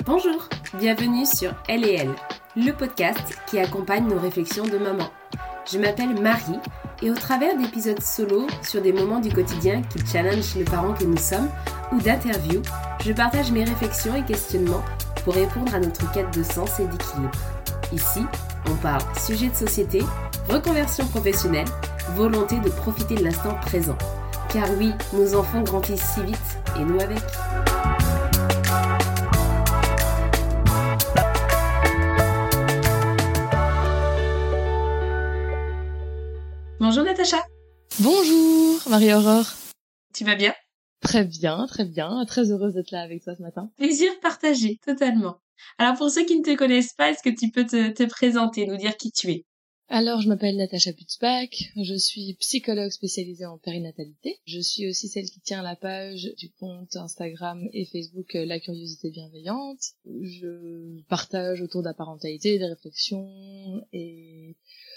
Bonjour, bienvenue sur Elle et Elle, le podcast qui accompagne nos réflexions de maman. Je m'appelle Marie et au travers d'épisodes solo sur des moments du quotidien qui challengent les parents que nous sommes ou d'interviews, je partage mes réflexions et questionnements pour répondre à notre quête de sens et d'équilibre. Ici, on parle sujet de société, reconversion professionnelle, volonté de profiter de l'instant présent. Car oui, nos enfants grandissent si vite et nous avec. Bonjour Natacha. Bonjour Marie-Aurore. Tu vas bien ? Très bien, très heureuse d'être là avec toi ce matin. Plaisir partagé, totalement. Alors pour ceux qui ne te connaissent pas, est-ce que tu peux te présenter, nous dire qui tu es ? Alors je m'appelle Natacha Putzbach, je suis psychologue spécialisée en périnatalité. Je suis aussi celle qui tient la page du compte Instagram et Facebook La Curiosité Bienveillante. Je partage autour de la parentalité des réflexions et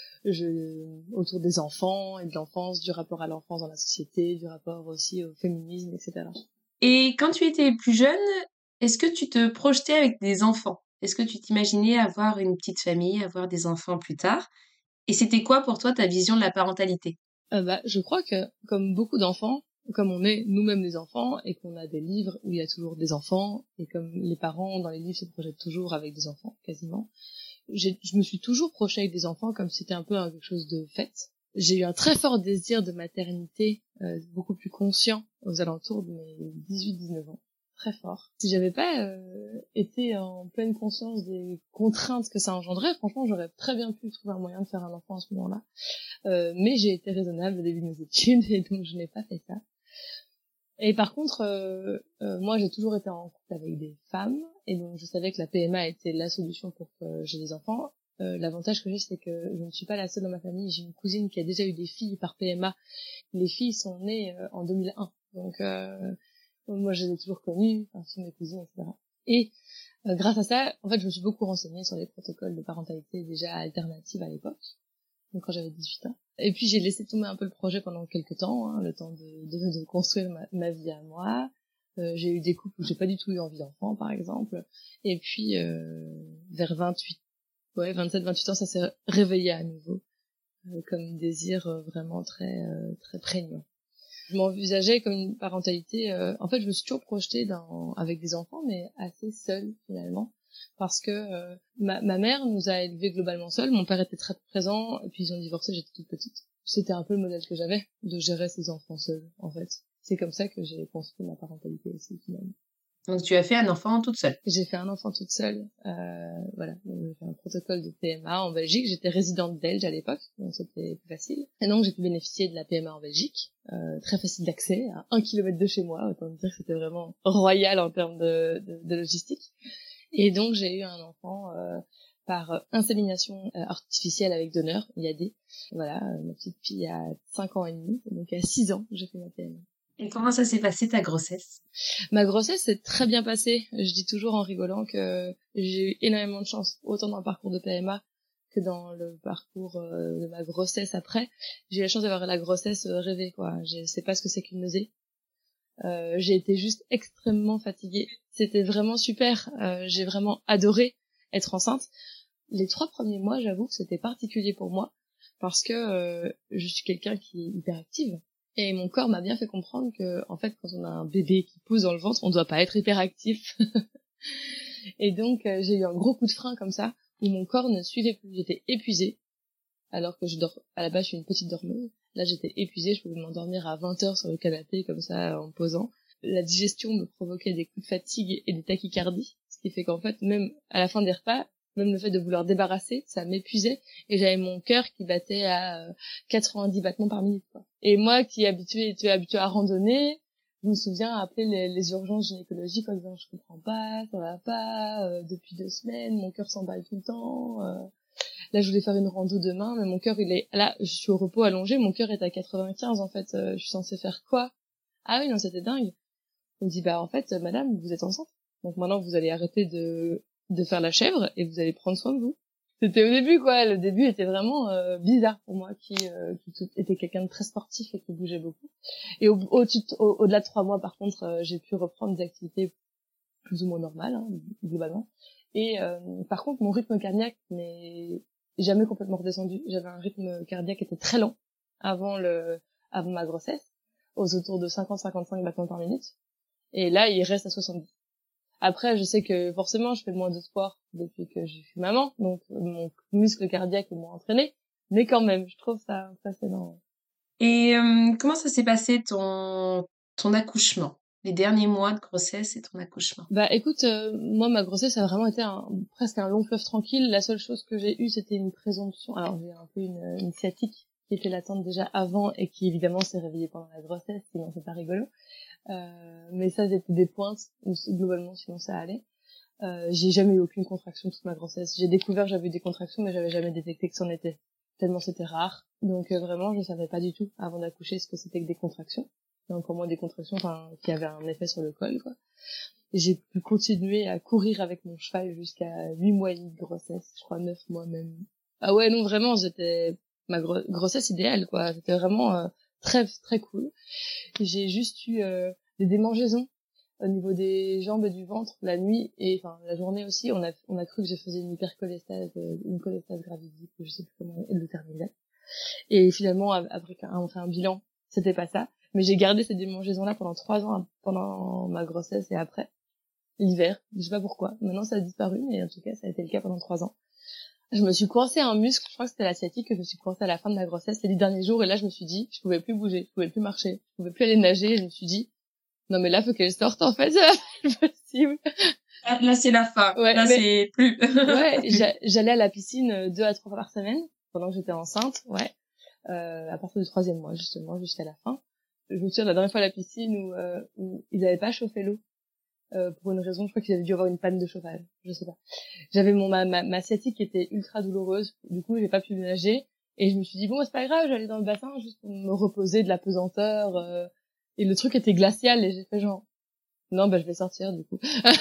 autour des enfants et de l'enfance, du rapport à l'enfance dans la société, du rapport aussi au féminisme, etc. Et quand tu étais plus jeune, est-ce que tu te projetais avec des enfants ? Est-ce que tu t'imaginais avoir une petite famille, avoir des enfants plus tard ? Et c'était quoi pour toi ta vision de la parentalité ? Je crois que, comme beaucoup d'enfants, comme on est nous-mêmes des enfants et qu'on a des livres où il y a toujours des enfants, et comme les parents dans les livres se projettent toujours avec des enfants, quasiment, je me suis toujours projetée avec des enfants comme si c'était un peu quelque chose de fait. J'ai eu un très fort désir de maternité, beaucoup plus conscient aux alentours de mes 18-19 ans. Très fort. Si j'avais pas été en pleine conscience des contraintes que ça engendrait, franchement, j'aurais très bien pu trouver un moyen de faire un enfant à ce moment-là. Mais j'ai été raisonnable au début de mes études et donc je n'ai pas fait ça. Et par contre, moi, j'ai toujours été en couple avec des femmes et donc je savais que la PMA était la solution pour que j'ai des enfants. L'avantage que j'ai, c'est que je ne suis pas la seule dans ma famille. J'ai une cousine qui a déjà eu des filles par PMA. Les filles sont nées en 2001. Donc, moi, je les ai toujours connues, enfin, ce sont mes cousines, etc. Et grâce à ça, en fait, je me suis beaucoup renseignée sur les protocoles de parentalité déjà alternatives à l'époque, donc quand j'avais 18 ans. Et puis, j'ai laissé tomber un peu le projet pendant quelques temps, le temps de construire ma vie à moi. J'ai eu des couples où j'ai pas du tout eu envie d'enfant, par exemple. Et puis, vers 27-28 ans, ça s'est réveillé à nouveau, comme désir vraiment très très prégnant. Je m'envisageais comme une parentalité. En fait, je me suis toujours projetée avec des enfants, mais assez seule finalement, parce que ma mère nous a élevés globalement seuls. Mon père était très présent, et puis ils ont divorcé. J'étais toute petite. C'était un peu le modèle que j'avais de gérer ses enfants seuls. En fait, c'est comme ça que j'ai construit ma parentalité aussi finalement. Donc tu as fait un enfant toute seule. J'ai fait un enfant toute seule. Voilà, j'ai fait un protocole de PMA en Belgique. J'étais résidente belge à l'époque, donc c'était plus facile. Et donc j'ai pu bénéficier de la PMA en Belgique, très facile d'accès, à 1 kilomètre de chez moi. Autant dire que c'était vraiment royal en termes de logistique. Et donc j'ai eu un enfant par insémination artificielle avec donneur, IAD. Voilà, ma petite fille a 5 ans et demi, donc à 6 ans j'ai fait ma PMA. Et comment ça s'est passé ta grossesse ? Ma grossesse s'est très bien passée. Je dis toujours en rigolant que j'ai eu énormément de chance, autant dans le parcours de PMA que dans le parcours de ma grossesse après. J'ai eu la chance d'avoir la grossesse rêvée, quoi. Je sais pas ce que c'est qu'une nausée. J'ai été juste extrêmement fatiguée. C'était vraiment super. J'ai vraiment adoré être enceinte. Les 3 premiers mois, j'avoue que c'était particulier pour moi parce que je suis quelqu'un qui est hyperactive. Et mon corps m'a bien fait comprendre que, en fait, quand on a un bébé qui pousse dans le ventre, on doit pas être hyperactif. Et donc, j'ai eu un gros coup de frein comme ça, où mon corps ne suivait plus. J'étais épuisée, alors que à la base, je suis une petite dormeuse. Là, j'étais épuisée, je pouvais m'endormir à 20 heures sur le canapé, comme ça, en me posant. La digestion me provoquait des coups de fatigue et des tachycardies, ce qui fait qu'en fait, même à la fin des repas, même le fait de vouloir débarrasser, ça m'épuisait, et j'avais mon cœur qui battait à 90 battements par minute, quoi. Et moi, qui étais habituée à randonner, je me souviens appeler les urgences gynécologiques en disant je comprends pas, ça va pas, depuis 2 semaines, mon cœur s'emballe tout le temps, là je voulais faire une rando demain, mais mon cœur là, je suis au repos allongé, mon cœur est à 95 en fait, je suis censée faire quoi? Ah oui, non, c'était dingue. On me dit en fait, madame, vous êtes enceinte, donc maintenant vous allez arrêter de faire la chèvre et vous allez prendre soin de vous. C'était au début, quoi. Le début était vraiment bizarre pour moi, qui était quelqu'un de très sportif et qui bougeait beaucoup. Et au-delà de 3 mois, par contre, j'ai pu reprendre des activités plus ou moins normal, hein, globalement. Et par contre, mon rythme cardiaque n'est jamais complètement redescendu. J'avais un rythme cardiaque qui était très lent avant ma grossesse, aux autour de 50-55 battements par minute. Et là, il reste à 70. Après, je sais que forcément, je fais moins de sport depuis que je suis maman, donc mon muscle cardiaque est moins entraîné, mais quand même, je trouve ça fascinant. Et comment ça s'est passé ton accouchement? Les derniers mois de grossesse et ton accouchement? Bah écoute, moi ma grossesse a vraiment été presque un long fleuve tranquille. La seule chose que j'ai eue, c'était une présomption. Alors j'ai un peu une sciatique qui était latente déjà avant et qui évidemment s'est réveillée pendant la grossesse, sinon c'est pas rigolo. Mais ça c'était des pointes, globalement sinon ça allait. J'ai jamais eu aucune contraction toute ma grossesse. J'ai découvert que j'avais eu des contractions, mais j'avais jamais détecté que c'en était, tellement c'était rare. Donc vraiment, je savais pas du tout avant d'accoucher ce que c'était que des contractions. Et encore moins des contractions, qui avaient un effet sur le col, quoi. Et j'ai pu continuer à courir avec mon cheval jusqu'à 8 mois et demi de grossesse, je crois 9 mois même. Ah ouais, non, vraiment, j'étais ma grossesse idéale, quoi. C'était vraiment très très cool. J'ai juste eu des démangeaisons au niveau des jambes et du ventre la nuit et enfin la journée aussi. On a cru que je faisais une hypercholestase, une cholestase gravidique, je sais plus comment le terme exact. Et finalement, après on fait un bilan, c'était pas ça. Mais j'ai gardé ces démangeaisons-là pendant 3 ans, pendant ma grossesse et après. L'hiver, je sais pas pourquoi. Maintenant, ça a disparu, mais en tout cas, ça a été le cas pendant 3 ans. Je me suis coincé un muscle, je crois que c'était la sciatique que je me suis coincé à la fin de ma grossesse, les 10 derniers jours, et là, je me suis dit, je pouvais plus bouger, je pouvais plus marcher, je pouvais plus aller nager, et je me suis dit, non, mais là, faut qu'elle sorte, en fait, c'est pas possible. Là, c'est la fin. Ouais, là, c'est plus. Ouais, j'allais à la piscine 2 à 3 fois par semaine, pendant que j'étais enceinte, ouais. À partir du 3e mois, justement, jusqu'à la fin. Je me souviens de la dernière fois à la piscine où ils avaient pas chauffé l'eau. Pour une raison, je crois qu'ils avaient dû avoir une panne de chauffage, je sais pas. J'avais ma sciatique qui était ultra douloureuse, du coup j'ai pas pu nager, et je me suis dit bon c'est pas grave, j'allais dans le bassin juste pour me reposer de la pesanteur, et le truc était glacial, et j'ai fait genre non bah je vais sortir du coup.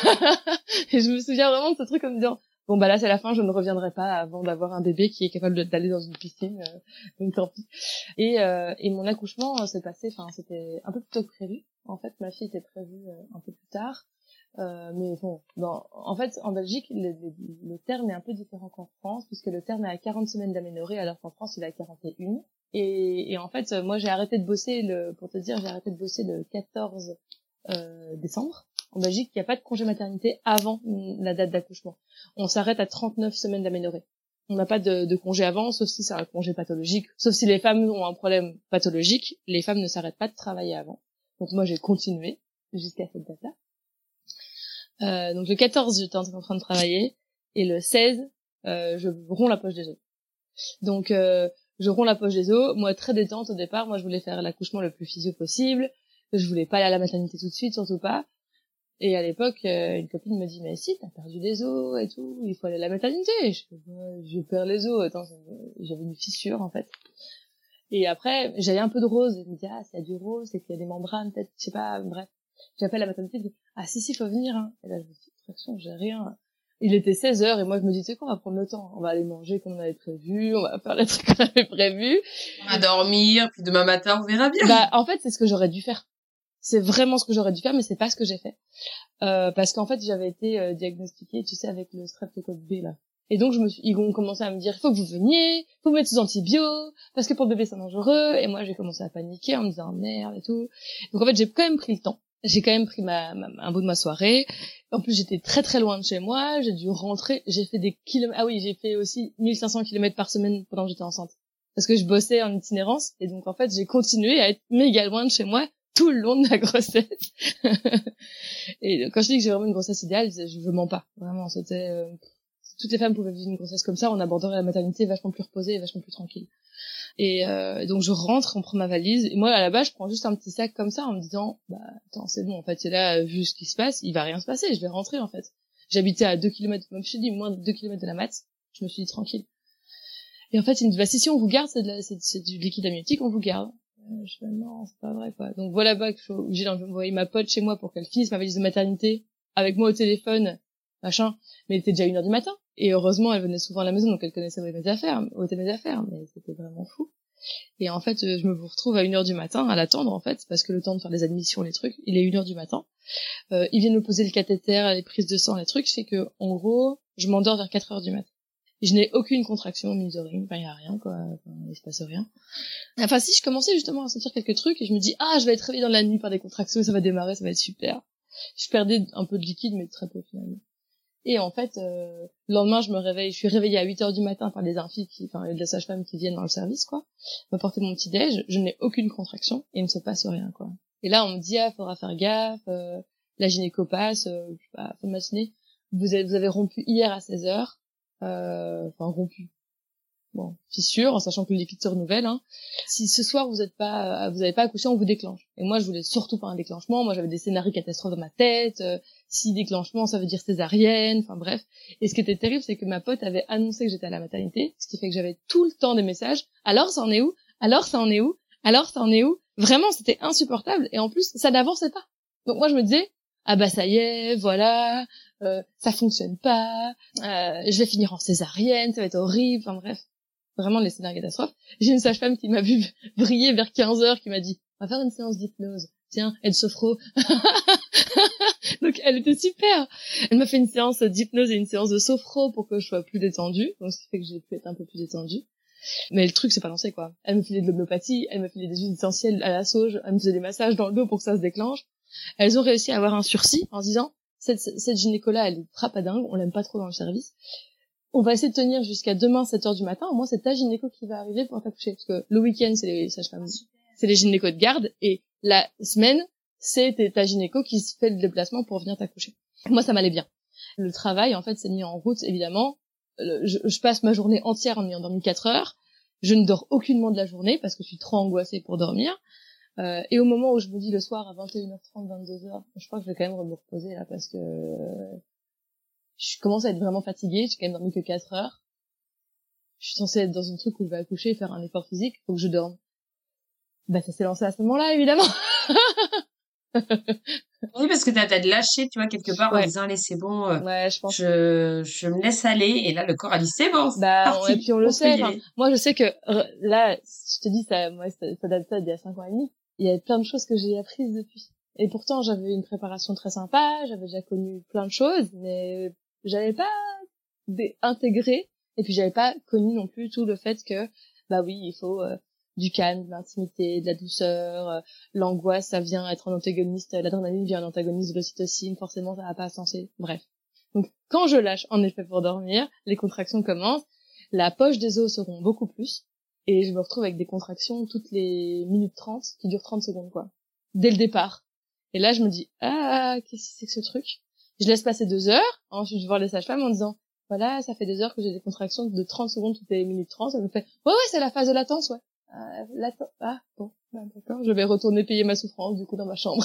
Et je me souviens vraiment de ce truc en me disant bon bah là c'est la fin, je ne reviendrai pas avant d'avoir un bébé qui est capable d'aller dans une piscine, donc tant pis. Et mon accouchement s'est passé, enfin c'était un peu plus tôt que prévu. En fait ma fille était prévue un peu plus tard. Mais bon, en fait, en Belgique, le terme est un peu différent qu'en France, puisque le terme est à 40 semaines d'aménorrhée, alors qu'en France, il est à 41. Et en fait, moi, j'ai arrêté de bosser pour te dire, j'ai arrêté de bosser le 14 décembre. En Belgique, il n'y a pas de congé maternité avant la date d'accouchement. On s'arrête à 39 semaines d'aménorrhée. On n'a pas de congé avant, sauf si c'est un congé pathologique. Sauf si les femmes ont un problème pathologique, les femmes ne s'arrêtent pas de travailler avant. Donc moi, j'ai continué jusqu'à cette date-là. Donc le 14, j'étais en train de travailler, et le 16, je romps la poche des os. Donc je romps la poche des os. Moi, très détente au départ. Moi, je voulais faire l'accouchement le plus physio possible. Je voulais pas aller à la maternité tout de suite, surtout pas. Et à l'époque, une copine me dit mais si t'as perdu des os et tout, il faut aller à la maternité. Je perds les os. Attends, j'avais une fissure en fait. Et après, j'avais un peu de rose. Et je me dis ah, s'il y a du rose, c'est qu'il y a des membranes, peut-être, je sais pas. Bref, j'appelle la maternité. Je dis ah si, faut venir. Hein. Et là, je me dis traction, j'ai rien. Il était 16h et moi je me dis tu sais quoi, on va prendre le temps, on va aller manger comme on avait prévu, on va faire les trucs qu'on avait prévu, On va dormir, puis demain matin on verra bien. Bah en fait c'est ce que j'aurais dû faire. C'est vraiment ce que j'aurais dû faire, mais c'est pas ce que j'ai fait. Parce qu'en fait j'avais été diagnostiquée, tu sais, avec le streptocoque B là. Et donc ils ont commencé à me dire il faut que vous veniez, faut vous mettre sous antibio, parce que pour le bébé c'est dangereux. Et moi j'ai commencé à paniquer en me disant merde et tout. Donc en fait j'ai quand même pris le temps. J'ai quand même pris un bout de ma soirée. En plus, j'étais très très loin de chez moi. J'ai dû rentrer. J'ai fait des kilomètres. Ah oui, j'ai fait aussi 1500 kilomètres par semaine pendant que j'étais enceinte. Parce que je bossais en itinérance. Et donc, en fait, j'ai continué à être méga loin de chez moi tout le long de la grossesse. Et quand je dis que j'ai vraiment une grossesse idéale, je mens pas. Vraiment, c'était... toutes les femmes pouvaient vivre une grossesse comme ça. On aborderait la maternité vachement plus reposée et vachement plus tranquille. Et donc je rentre, on prend ma valise, et moi à la base je prends juste un petit sac comme ça en me disant bah attends c'est bon en fait c'est là vu ce qui se passe, il va rien se passer, je vais rentrer en fait. J'habitais à 2 kilomètres, même je te dis moins de 2 kilomètres de la mat, je me suis dit tranquille. Et en fait il me dit bah si on vous garde, c'est du liquide amniotique, on vous garde. Je fais non c'est pas vrai quoi. Donc voilà bah que j'ai envoyé ma pote chez moi pour qu'elle finisse ma valise de maternité avec moi au téléphone machin, mais il était déjà 1h du matin. Et heureusement, elle venait souvent à la maison, donc elle connaissait où étaient mes affaires, mais c'était vraiment fou. Et en fait, je me retrouve à 1h du matin à l'attendre, en fait, parce que le temps de faire les admissions, les trucs, il est 1h du matin. Ils viennent me poser le cathéter, les prises de sang, les trucs, c'est que, en gros, je m'endors vers 4h du matin. Je n'ai aucune contraction, mine de rien, enfin, il y a rien, quoi, enfin, il se passe rien. Enfin, si, je commençais justement à sentir quelques trucs, et je me dis, je vais être réveillée dans la nuit par des contractions, ça va démarrer, ça va être super. Je perdais un peu de liquide, mais très peu, finalement. Et en fait, le lendemain, je suis réveillée à 8h du matin par des infirmiers de la sage-femme qui viennent dans le service, quoi, m'apporter mon petit-déj, je n'ai aucune contraction, et il ne se passe rien, quoi. Et là, on me dit, faudra faire gaffe, la gynéco passe, je sais pas, fin de matinée, vous avez rompu hier à 16h, rompu. Bon, fissure, en sachant que le liquide se renouvelle, hein. Si ce soir vous avez pas accouché, on vous déclenche. Et moi, je voulais surtout pas un déclenchement. Moi, j'avais des scénarios catastrophes dans ma tête. Si déclenchement, ça veut dire césarienne. Enfin, bref. Et ce qui était terrible, c'est que ma pote avait annoncé que j'étais à la maternité. Ce qui fait que j'avais tout le temps des messages. Alors, ça en est où? Alors, ça en est où? Alors, ça en est où? Vraiment, c'était insupportable. Et en plus, ça n'avançait pas. Donc moi, je me disais, ça y est, voilà, ça fonctionne pas, je vais finir en césarienne, ça va être horrible. Enfin, bref. Vraiment les scénarios catastrophes. J'ai une sage-femme qui m'a vu briller vers 15h, qui m'a dit, on va faire une séance d'hypnose. Tiens, elle sophro. Donc, elle était super. Elle m'a fait une séance d'hypnose et une séance de sophro pour que je sois plus détendue. Donc, ce qui fait que j'ai pu être un peu plus détendue. Mais le truc, c'est pas lancé, quoi. Elle me filait de l'homéopathie, elle me filait des huiles essentielles à la sauge, elle me faisait des massages dans le dos pour que ça se déclenche. Elles ont réussi à avoir un sursis en se disant, cette gynéco-là, elle est dingue, on l'aime pas trop dans le service. On va essayer de tenir jusqu'à demain 7h du matin. Au moins, c'est ta gynéco qui va arriver pour t'accoucher. Parce que le week-end, c'est les sages-femmes, c'est les gynécos de garde. Et la semaine, c'est ta gynéco qui se fait le déplacement pour venir t'accoucher. Moi, ça m'allait bien. Le travail, en fait, s'est mis en route, évidemment. Je passe ma journée entière en ayant dormi 4 heures. Je ne dors aucunement de la journée parce que je suis trop angoissée pour dormir. Et au moment où je me dis le soir à 21h30, 22h, je crois que je vais quand même me reposer là parce que je commence à être vraiment fatiguée, j'ai quand même dormi que 4 heures. Je suis censée être dans un truc où je vais accoucher et faire un effort physique, faut que je dorme. Ça s'est lancé à ce moment-là, évidemment. Oui, parce que t'as lâché, tu vois, quelque part, en Ouais. disant, allez, c'est bon, Ouais, je pense. je me laisse aller, et là, le corps a dit, c'est bon, c'est parti, Et puis on le sait, y aller. moi je sais que, là, je te dis, ça date d'il y a 5 ans et demi. Il y a plein de choses que j'ai apprises depuis. Et pourtant, j'avais une préparation très sympa, j'avais déjà connu plein de choses, mais j'avais pas intégré, et puis j'avais pas connu non plus tout le fait que, oui, il faut du calme, de l'intimité, de la douceur, l'angoisse, ça vient être un antagoniste, l'adrénaline vient un antagoniste de l'ocytocine, forcément ça va pas sensé, bref. Donc quand je lâche en effet pour dormir, les contractions commencent, la poche des os seront beaucoup plus, et je me retrouve avec des contractions toutes les minutes 30 qui durent 30 secondes, quoi. Dès le départ. Et là, je me dis, qu'est-ce que c'est que ce truc? Je laisse passer 2 heures, ensuite je vais voir les sages-femmes en disant, voilà, ça fait 2 heures que j'ai des contractions de 30 secondes toutes les minutes 30. Elle me fait, ouais, c'est la phase de latence, ouais. Bon, d'accord, je vais retourner payer ma souffrance, du coup, dans ma chambre.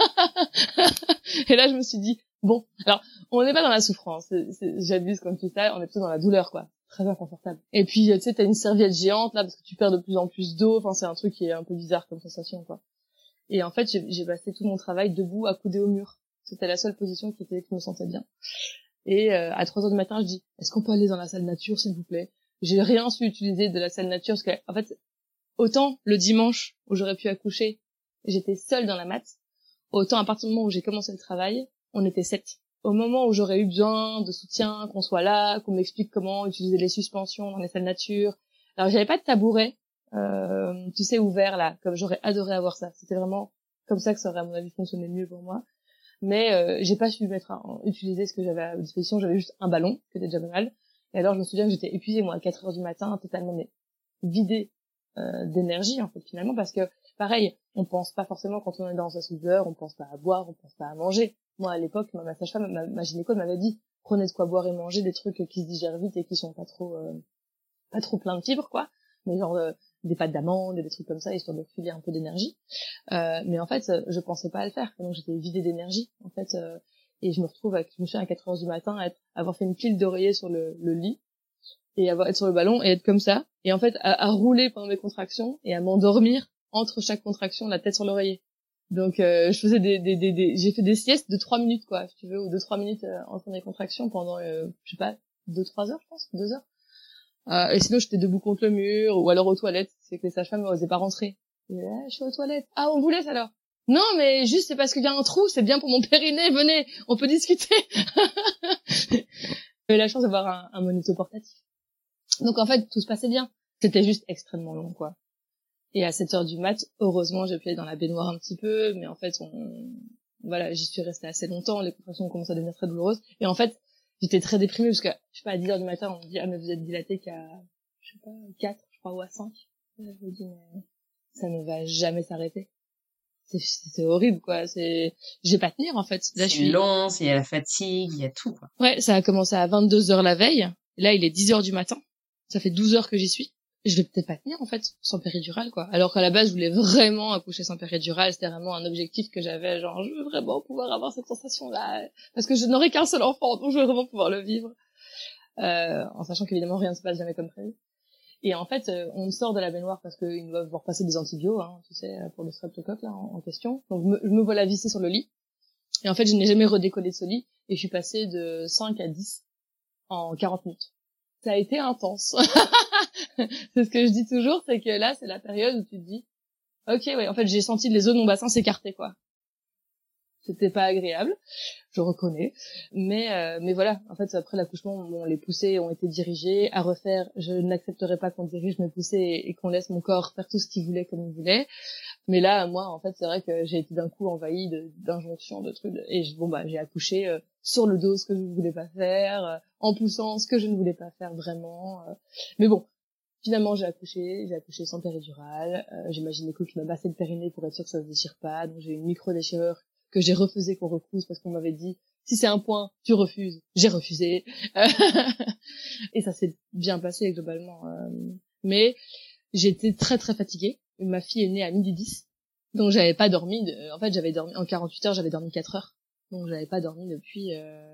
Et là, je me suis dit, bon, alors, on n'est pas dans la souffrance, j'abuse comme tu sais, on est plutôt dans la douleur, quoi. Très inconfortable. Et puis, tu sais, t'as une serviette géante, là, parce que tu perds de plus en plus d'eau, enfin, c'est un truc qui est un peu bizarre comme sensation, quoi. Et en fait, j'ai passé tout mon travail debout, accoudé au mur. C'était la seule position qui je me sentais bien. Et à 3h du matin, je dis, est-ce qu'on peut aller dans la salle nature, s'il vous plaît? J'ai rien su utiliser de la salle nature, parce que, en fait, autant le dimanche où j'aurais pu accoucher, j'étais seule dans la mat, autant à partir du moment où j'ai commencé le travail, on était 7. Au moment où j'aurais eu besoin de soutien, qu'on soit là, qu'on m'explique comment utiliser les suspensions dans les salles nature. Alors, j'avais pas de tabouret, tu sais, ouvert, là, comme j'aurais adoré avoir ça. C'était vraiment comme ça que ça aurait, à mon avis, fonctionné mieux pour moi. Mais j'ai pas su utiliser ce que j'avais à disposition. J'avais juste un ballon, qui était déjà pas mal. Et alors, je me souviens que j'étais épuisée, moi, à 4 heures du matin, totalement vidée d'énergie, en fait, finalement, parce que, pareil, on pense pas forcément, quand on est dans sa douleur, on pense pas à boire, on pense pas à manger. Moi, à l'époque, ma sage-femme, ma gynéco m'avait dit, prenez de quoi boire et manger, des trucs qui se digèrent vite et qui sont pas trop plein de fibres, quoi. Mais genre, des pâtes d'amandes et des trucs comme ça, histoire de filer un peu d'énergie. Mais en fait, je pensais pas à le faire. Donc, j'étais vidée d'énergie, en fait, et je me souviens à 4 heures du matin, avoir fait une pile d'oreiller sur le lit, et être sur le ballon, et être comme ça. Et en fait, à rouler pendant mes contractions, et à m'endormir entre chaque contraction, la tête sur l'oreiller. Donc, je faisais j'ai fait des siestes de 3 minutes, quoi, si tu veux, ou de 3 minutes entre mes contractions pendant, je sais pas, 2-3 heures, je pense, 2 heures. Et sinon, j'étais debout contre le mur, ou alors aux toilettes, c'est que les sages-femmes n'osaient pas rentrer. Je suis aux toilettes. Ah, on vous laisse alors. Non, mais juste, c'est parce qu'il y a un trou, c'est bien pour mon périnée, venez, on peut discuter. J'avais la chance d'avoir un monito portatif. Donc en fait, tout se passait bien. C'était juste extrêmement long, quoi. Et à 7h du mat, heureusement, j'ai pu aller dans la baignoire un petit peu, mais en fait, voilà, j'y suis restée assez longtemps, les contractions ont commencé à devenir très douloureuses. Et en fait, j'étais très déprimée parce que, je sais pas, à 10h du matin, on me dit, ah, mais vous êtes dilatée qu'à, je sais pas, 4, je crois, ou à 5. Je me dis, mais ça ne va jamais s'arrêter. C'est horrible, quoi. Je vais pas tenir, en fait. Là, c'est long, il y a la fatigue, il y a tout, quoi. Ouais, ça a commencé à 22h la veille. Là, il est 10h du matin. Ça fait 12 heures que j'y suis. Je vais peut-être pas tenir, en fait, sans péridurale, quoi. Alors qu'à la base, je voulais vraiment accoucher sans péridurale. C'était vraiment un objectif que j'avais, genre, je veux vraiment pouvoir avoir cette sensation-là. Parce que je n'aurai qu'un seul enfant, donc je veux vraiment pouvoir le vivre. En sachant qu'évidemment, rien ne se passe jamais comme prévu. Et en fait, on me sort de la baignoire parce qu'ils doivent voir passer des antibiotiques, hein, tu sais, pour le streptocoque, là, en question. Donc, je me voilà vissée sur le lit. Et en fait, je n'ai jamais redécollé de ce lit. Et je suis passée de 5 à 10 en 40 minutes. Ça a été intense. C'est ce que je dis toujours, c'est que là, c'est la période où tu te dis, ok, ouais, en fait, j'ai senti les os de mon bassin s'écarter, quoi. C'était pas agréable, je reconnais, mais voilà, en fait, après l'accouchement, bon, les poussées ont été dirigées. À refaire, je n'accepterai pas qu'on dirige mes poussées et qu'on laisse mon corps faire tout ce qu'il voulait comme il voulait. Mais là, moi, en fait, c'est vrai que j'ai été d'un coup envahie d'injonctions, de trucs, et j'ai accouché sur le dos ce que je ne voulais pas faire, en poussant ce que je ne voulais pas faire vraiment. Mais bon, finalement, j'ai accouché sans péridurale. J'ai ma gynéco qui m'a massé le périnée pour être sûre que ça se déchire pas. Donc j'ai eu une micro-déchirure que j'ai refusé qu'on recouse parce qu'on m'avait dit si c'est un point, tu refuses. J'ai refusé. Et ça s'est bien passé globalement. Mais j'étais très très fatiguée. Ma fille est née à 12h10. Donc j'avais pas dormi. En fait, j'avais dormi en 48 heures, j'avais dormi 4 heures. Donc j'avais pas dormi depuis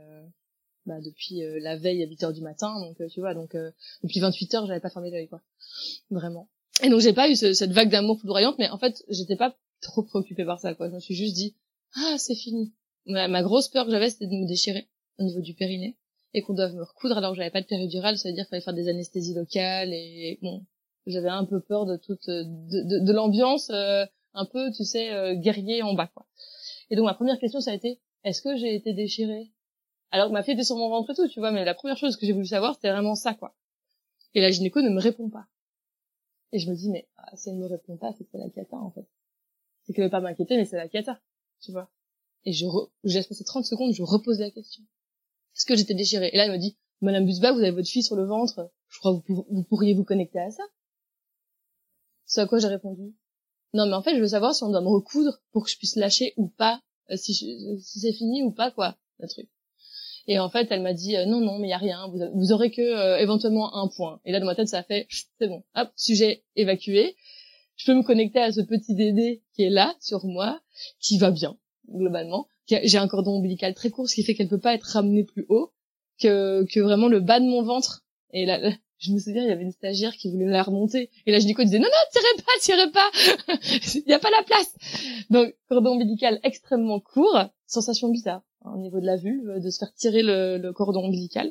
la veille à 8h du matin. Donc tu vois, depuis 28 heures, j'avais pas fermé l'œil, quoi. Vraiment. Et donc j'ai pas eu cette vague d'amour foudroyante, mais en fait, j'étais pas trop préoccupée par ça, quoi. Je me suis juste dit ah, c'est fini. Ma grosse peur que j'avais, c'était de me déchirer au niveau du périnée et qu'on doive me recoudre alors que j'avais pas de péridurale, ça veut dire qu'il fallait faire des anesthésies locales et bon, j'avais un peu peur de toute de l'ambiance un peu, tu sais, guerrier en bas, quoi. Et donc ma première question, ça a été est-ce que j'ai été déchirée? Alors que ma fille était sur mon ventre et tout, tu vois, mais la première chose que j'ai voulu savoir, c'était vraiment ça, quoi. Et la gynéco ne me répond pas. Et je me dis mais si elle me répond pas, c'est que c'est la cata, en fait. C'est qu'elle veut pas m'inquiéter, mais c'est la cata. Tu vois. Et je laisse passer 30 secondes, je repose la question. Est-ce que j'étais déchirée? Et là, elle me dit, Madame Busbach, vous avez votre fille sur le ventre. Je crois que vous pourriez vous connecter à ça. C'est à quoi j'ai répondu. Non, mais en fait, je veux savoir si on doit me recoudre pour que je puisse lâcher ou pas, si c'est fini ou pas, quoi, le truc. Et en fait, elle m'a dit, non, mais y a rien, vous aurez que, éventuellement un point. Et là, dans ma tête, ça a fait, c'est bon. Hop, sujet évacué. Je peux me connecter à ce petit Dédé qui est là, sur moi, qui va bien, globalement. J'ai un cordon ombilical très court, ce qui fait qu'elle peut pas être ramenée plus haut que vraiment le bas de mon ventre. Et là, je me souviens, il y avait une stagiaire qui voulait la remonter. Et la gynéco disait, non, tirez pas. Il y a pas la place. Donc, cordon ombilical extrêmement court, sensation bizarre, hein, au niveau de la vulve, de se faire tirer le cordon ombilical.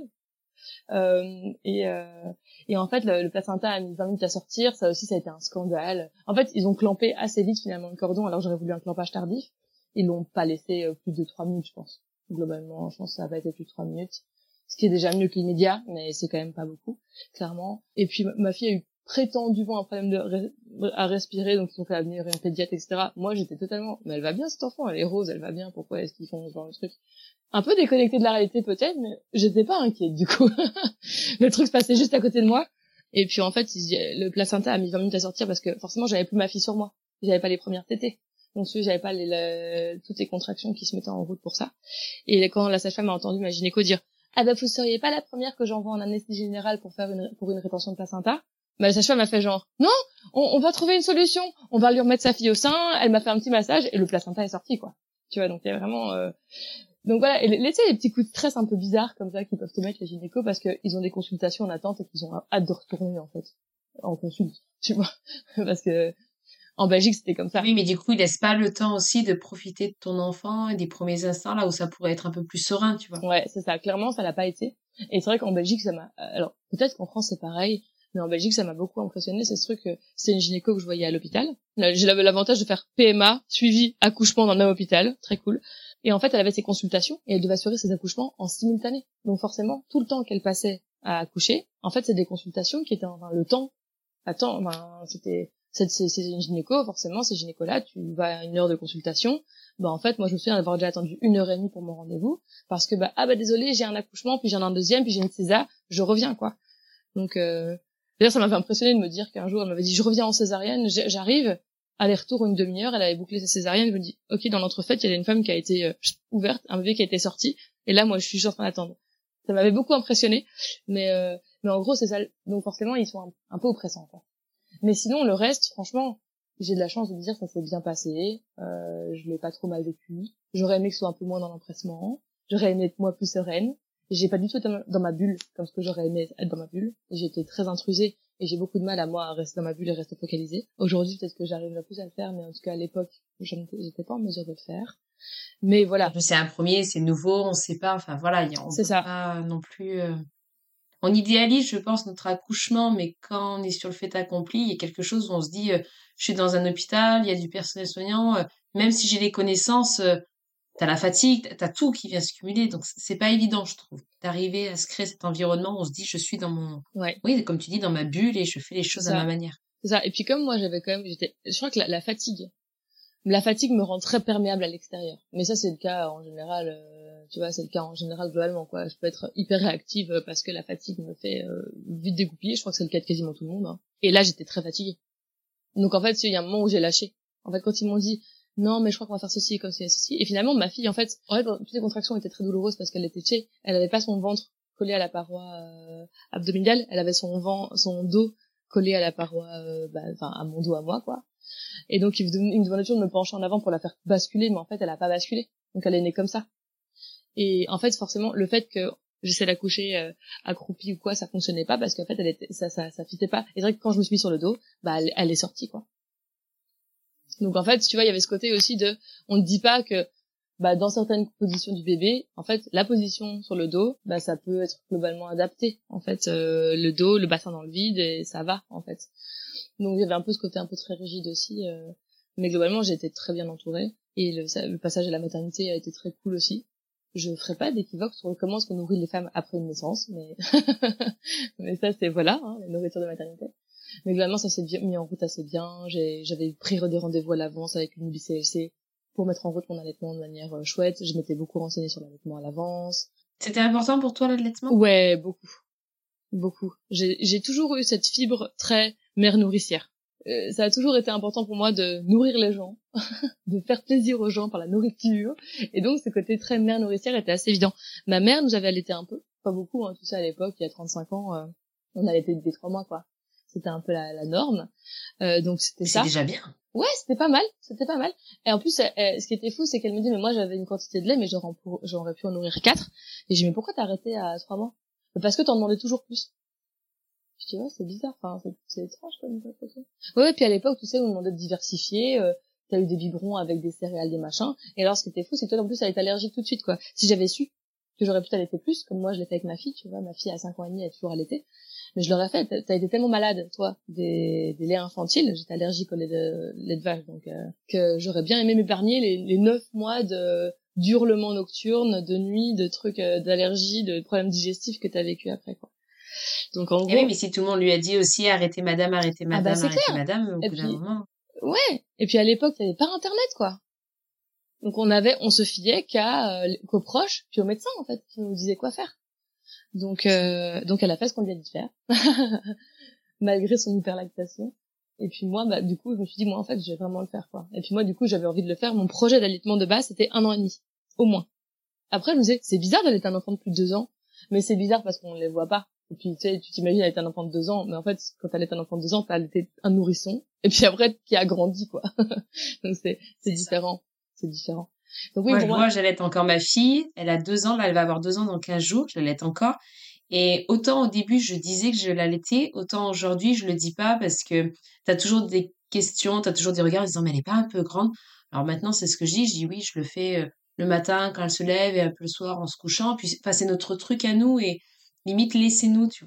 Et en fait, le placenta a mis 20 minutes à sortir. Ça aussi, ça a été un scandale. En fait, ils ont clampé assez vite finalement le cordon, alors j'aurais voulu un clampage tardif. Ils l'ont pas laissé plus de 3 minutes, je pense. Globalement, je pense que ça a pas été plus de 3 minutes. Ce qui est déjà mieux que l'immédiat, mais c'est quand même pas beaucoup, clairement. Et puis, ma fille a eu prétendument un problème à respirer, donc ils ont fait venir un pédiatre, etc. Moi, j'étais totalement, mais elle va bien, cet enfant, elle est rose, elle va bien, pourquoi est-ce qu'ils font ce genre de truc? Un peu déconnecté de la réalité peut-être, mais j'étais pas inquiète du coup. Le truc se passait juste à côté de moi. Et puis en fait, le placenta a mis 20 minutes à sortir parce que forcément, j'avais plus ma fille sur moi. J'avais pas les premières tétées. Donc j'avais pas toutes les contractions qui se mettaient en route pour ça. Et quand la sage-femme a entendu ma gynéco dire ah bah vous seriez pas la première que j'envoie en anesthésie générale pour une rétention de placenta, bah la sage-femme a fait genre non, on va trouver une solution, on va lui remettre sa fille au sein. Elle m'a fait un petit massage et le placenta est sorti, quoi. Tu vois, donc il y a vraiment donc voilà, et les petits coups de stress un peu bizarres comme ça qui peuvent te mettre les gynécos parce que ils ont des consultations en attente et qu'ils ont hâte de retourner en fait en consulte, tu vois, parce que en Belgique c'était comme ça. Oui, mais du coup ils laissent pas le temps aussi de profiter de ton enfant et des premiers instants là où ça pourrait être un peu plus serein, tu vois. Ouais, c'est ça. Clairement, ça l'a pas été. Et c'est vrai qu'en Belgique, ça m'a. Alors peut-être qu'en France c'est pareil, Mais en Belgique, ça m'a beaucoup impressionné, c'est ce truc, c'est une gynéco que je voyais à l'hôpital. Là, j'ai l'avantage de faire PMA, suivi, accouchement dans le même hôpital, très cool. Et en fait, elle avait ses consultations et elle devait assurer ses accouchements en simultané. Donc forcément, tout le temps qu'elle passait à accoucher, en fait, c'est des consultations qui étaient, enfin, le temps, c'est une gynéco, forcément, ces gynécos-là, tu vas à 1 heure de consultation. En fait, moi, je me souviens d'avoir déjà attendu 1 heure et demie pour mon rendez-vous, parce que, désolé, j'ai un accouchement, puis j'en ai un deuxième, puis j'ai une césar, je reviens, quoi. Donc, d'ailleurs, ça m'avait impressionné de me dire qu'un jour, elle m'avait dit, je reviens en césarienne, j'arrive, aller-retour une demi-heure, elle avait bouclé sa césarienne, je me dis, ok, dans l'entrefaite, il y a une femme qui a été ouverte, un bébé qui a été sorti, et là, moi, je suis juste en train d'attendre. Ça m'avait beaucoup impressionné, mais en gros, c'est ça. Donc forcément, ils sont un peu oppressants, quoi. Mais sinon, le reste, franchement, j'ai de la chance de me dire que ça s'est bien passé, je l'ai pas trop mal vécu. J'aurais aimé que ce soit un peu moins dans l'empressement, j'aurais aimé être moi plus sereine. J'ai pas du tout été dans ma bulle comme ce que j'aurais aimé être dans ma bulle. J'ai été très intrusée et j'ai beaucoup de mal à rester dans ma bulle et rester focalisée. Aujourd'hui, peut-être que j'arriverai plus à le faire, mais en tout cas à l'époque, j'étais pas en mesure de le faire. Mais voilà. C'est un premier, c'est nouveau, on sait pas, enfin voilà, on c'est peut ça. pas non plus... On idéalise, je pense, notre accouchement, mais quand on est sur le fait accompli, il y a quelque chose où on se dit, je suis dans un hôpital, il y a du personnel soignant, même si j'ai les connaissances, t'as la fatigue, t'as tout qui vient se cumuler, donc c'est pas évident, je trouve, d'arriver à se créer cet environnement où on se dit, je suis dans mon... Ouais. Oui, comme tu dis, dans ma bulle et je fais les choses à ma manière. C'est ça. Et puis comme moi, je crois que la fatigue me rend très perméable à l'extérieur. Mais ça, c'est le cas en général, tu vois, c'est le cas en général globalement, quoi. Je peux être hyper réactive parce que la fatigue me fait vite dégoupiller. Je crois que c'est le cas de quasiment tout le monde, hein. Et là, j'étais très fatiguée. Donc en fait, il y a un moment où j'ai lâché. En fait, quand ils m'ont dit non, mais je crois qu'on va faire ceci, comme ceci, et finalement, ma fille, en fait, toutes les contractions étaient très douloureuses parce qu'elle était tchée. Elle avait pas son ventre collé à la paroi abdominale. Elle avait son dos collé à la paroi, à mon dos à moi, quoi. Et donc, il me demandait toujours de me pencher en avant pour la faire basculer, mais en fait, elle a pas basculé. Donc, elle est née comme ça. Et en fait, forcément, le fait que j'essaie d'accoucher accroupie ou quoi, ça fonctionnait pas parce qu'en fait, ça fitait pas. Et c'est vrai que quand je me suis mis sur le dos, elle est sortie, quoi. Donc, en fait, tu vois, il y avait ce côté aussi on ne dit pas que, dans certaines positions du bébé, en fait, la position sur le dos, ça peut être globalement adapté. En fait, le dos, le bassin dans le vide, et ça va, en fait. Donc, il y avait un peu ce côté un peu très rigide aussi. Mais globalement, j'ai été très bien entourée. Et le passage à la maternité a été très cool aussi. Je ferai pas d'équivoque sur comment est-ce qu'on nourrit les femmes après une naissance, mais mais ça, c'est voilà, hein, la nourriture de maternité. Mais globalement, ça s'est mis en route assez bien. J'avais pris des rendez-vous à l'avance avec une UBCLC pour mettre en route mon allaitement de manière chouette. Je m'étais beaucoup renseignée sur l'allaitement à l'avance. C'était important pour toi, l'allaitement ? Ouais, beaucoup. J'ai toujours eu cette fibre très mère nourricière. Ça a toujours été important pour moi de nourrir les gens, de faire plaisir aux gens par la nourriture. Et donc, ce côté très mère nourricière était assez évident. Ma mère nous avait allaité un peu, pas beaucoup, hein, tout ça à l'époque, il y a 35 ans, on allaitait dès 3 mois, quoi. C'était un peu la norme. Donc, c'était ça. C'est déjà bien. Ouais, c'était pas mal. Et en plus, ce qui était fou, c'est qu'elle me dit, mais moi, j'avais une quantité de lait, mais j'aurais pu en nourrir 4. Et j'ai dit, mais pourquoi t'as arrêté à 3 mois? Parce que t'en demandais toujours plus. Je dis, ouais, c'est bizarre, enfin, c'est étrange comme ça. Ouais, puis à l'époque, tu sais, on demandait de diversifier, t'as eu des biberons avec des céréales, des machins, et alors ce qui était fou, c'est que toi, en plus, elle était allergique tout de suite, quoi. Si j'avais su que j'aurais pu t'allaiter plus, comme moi, je l'ai fait avec ma fille, tu vois, ma fille à 5 ans et demi, elle est toujours allaitée, mais je l'aurais fait, t'as été tellement malade, toi, des laits infantiles, j'étais allergique au lait de vache, donc, que j'aurais bien aimé m'épargner les 9 mois d'hurlements nocturnes, de nuit, de trucs, d'allergies, de problèmes digestifs que t'as vécu après, quoi. Donc en gros, et oui, mais si tout le monde lui a dit aussi arrêtez madame, arrêtez madame, c'est arrêtez clair. madame, au bout d'un moment. Ouais. Et puis à l'époque, il n'y avait pas internet, quoi. Donc on se fiait qu'aux proches, puis aux médecins en fait, qui nous disaient quoi faire. Donc elle a fait ce qu'on lui a dit de faire, malgré son hyperlactation. Et puis moi, du coup, je me suis dit moi en fait, je vais vraiment le faire, quoi. Et puis moi, du coup, j'avais envie de le faire. Mon projet d'allaitement de base, c'était 1 an et demi, au moins. Après, je me disais, c'est bizarre d'allaiter un enfant de plus de 2 ans, mais c'est bizarre parce qu'on les voit pas. Et puis, tu sais, tu t'imagines allaiter un enfant de 2 ans, mais en fait, quand t'allaites un enfant de 2 ans, t'as allaité un nourrisson, et puis après, qui a grandi, quoi. Donc c'est différent. C'est différent. Donc oui, moi, j'allaite encore ma fille. Elle a 2 ans, là, elle va avoir 2 ans dans 15 jours. Je l'allaite encore. Et autant au début, je disais que je l'allaitais, autant aujourd'hui, je le dis pas parce que t'as toujours des questions, t'as toujours des regards en disant, mais elle est pas un peu grande. Alors maintenant, c'est ce que je dis. Je dis oui, je le fais le matin quand elle se lève et un peu le soir en se couchant. Puis, enfin, c'est notre truc à nous et limite, laissez-nous, tu vois.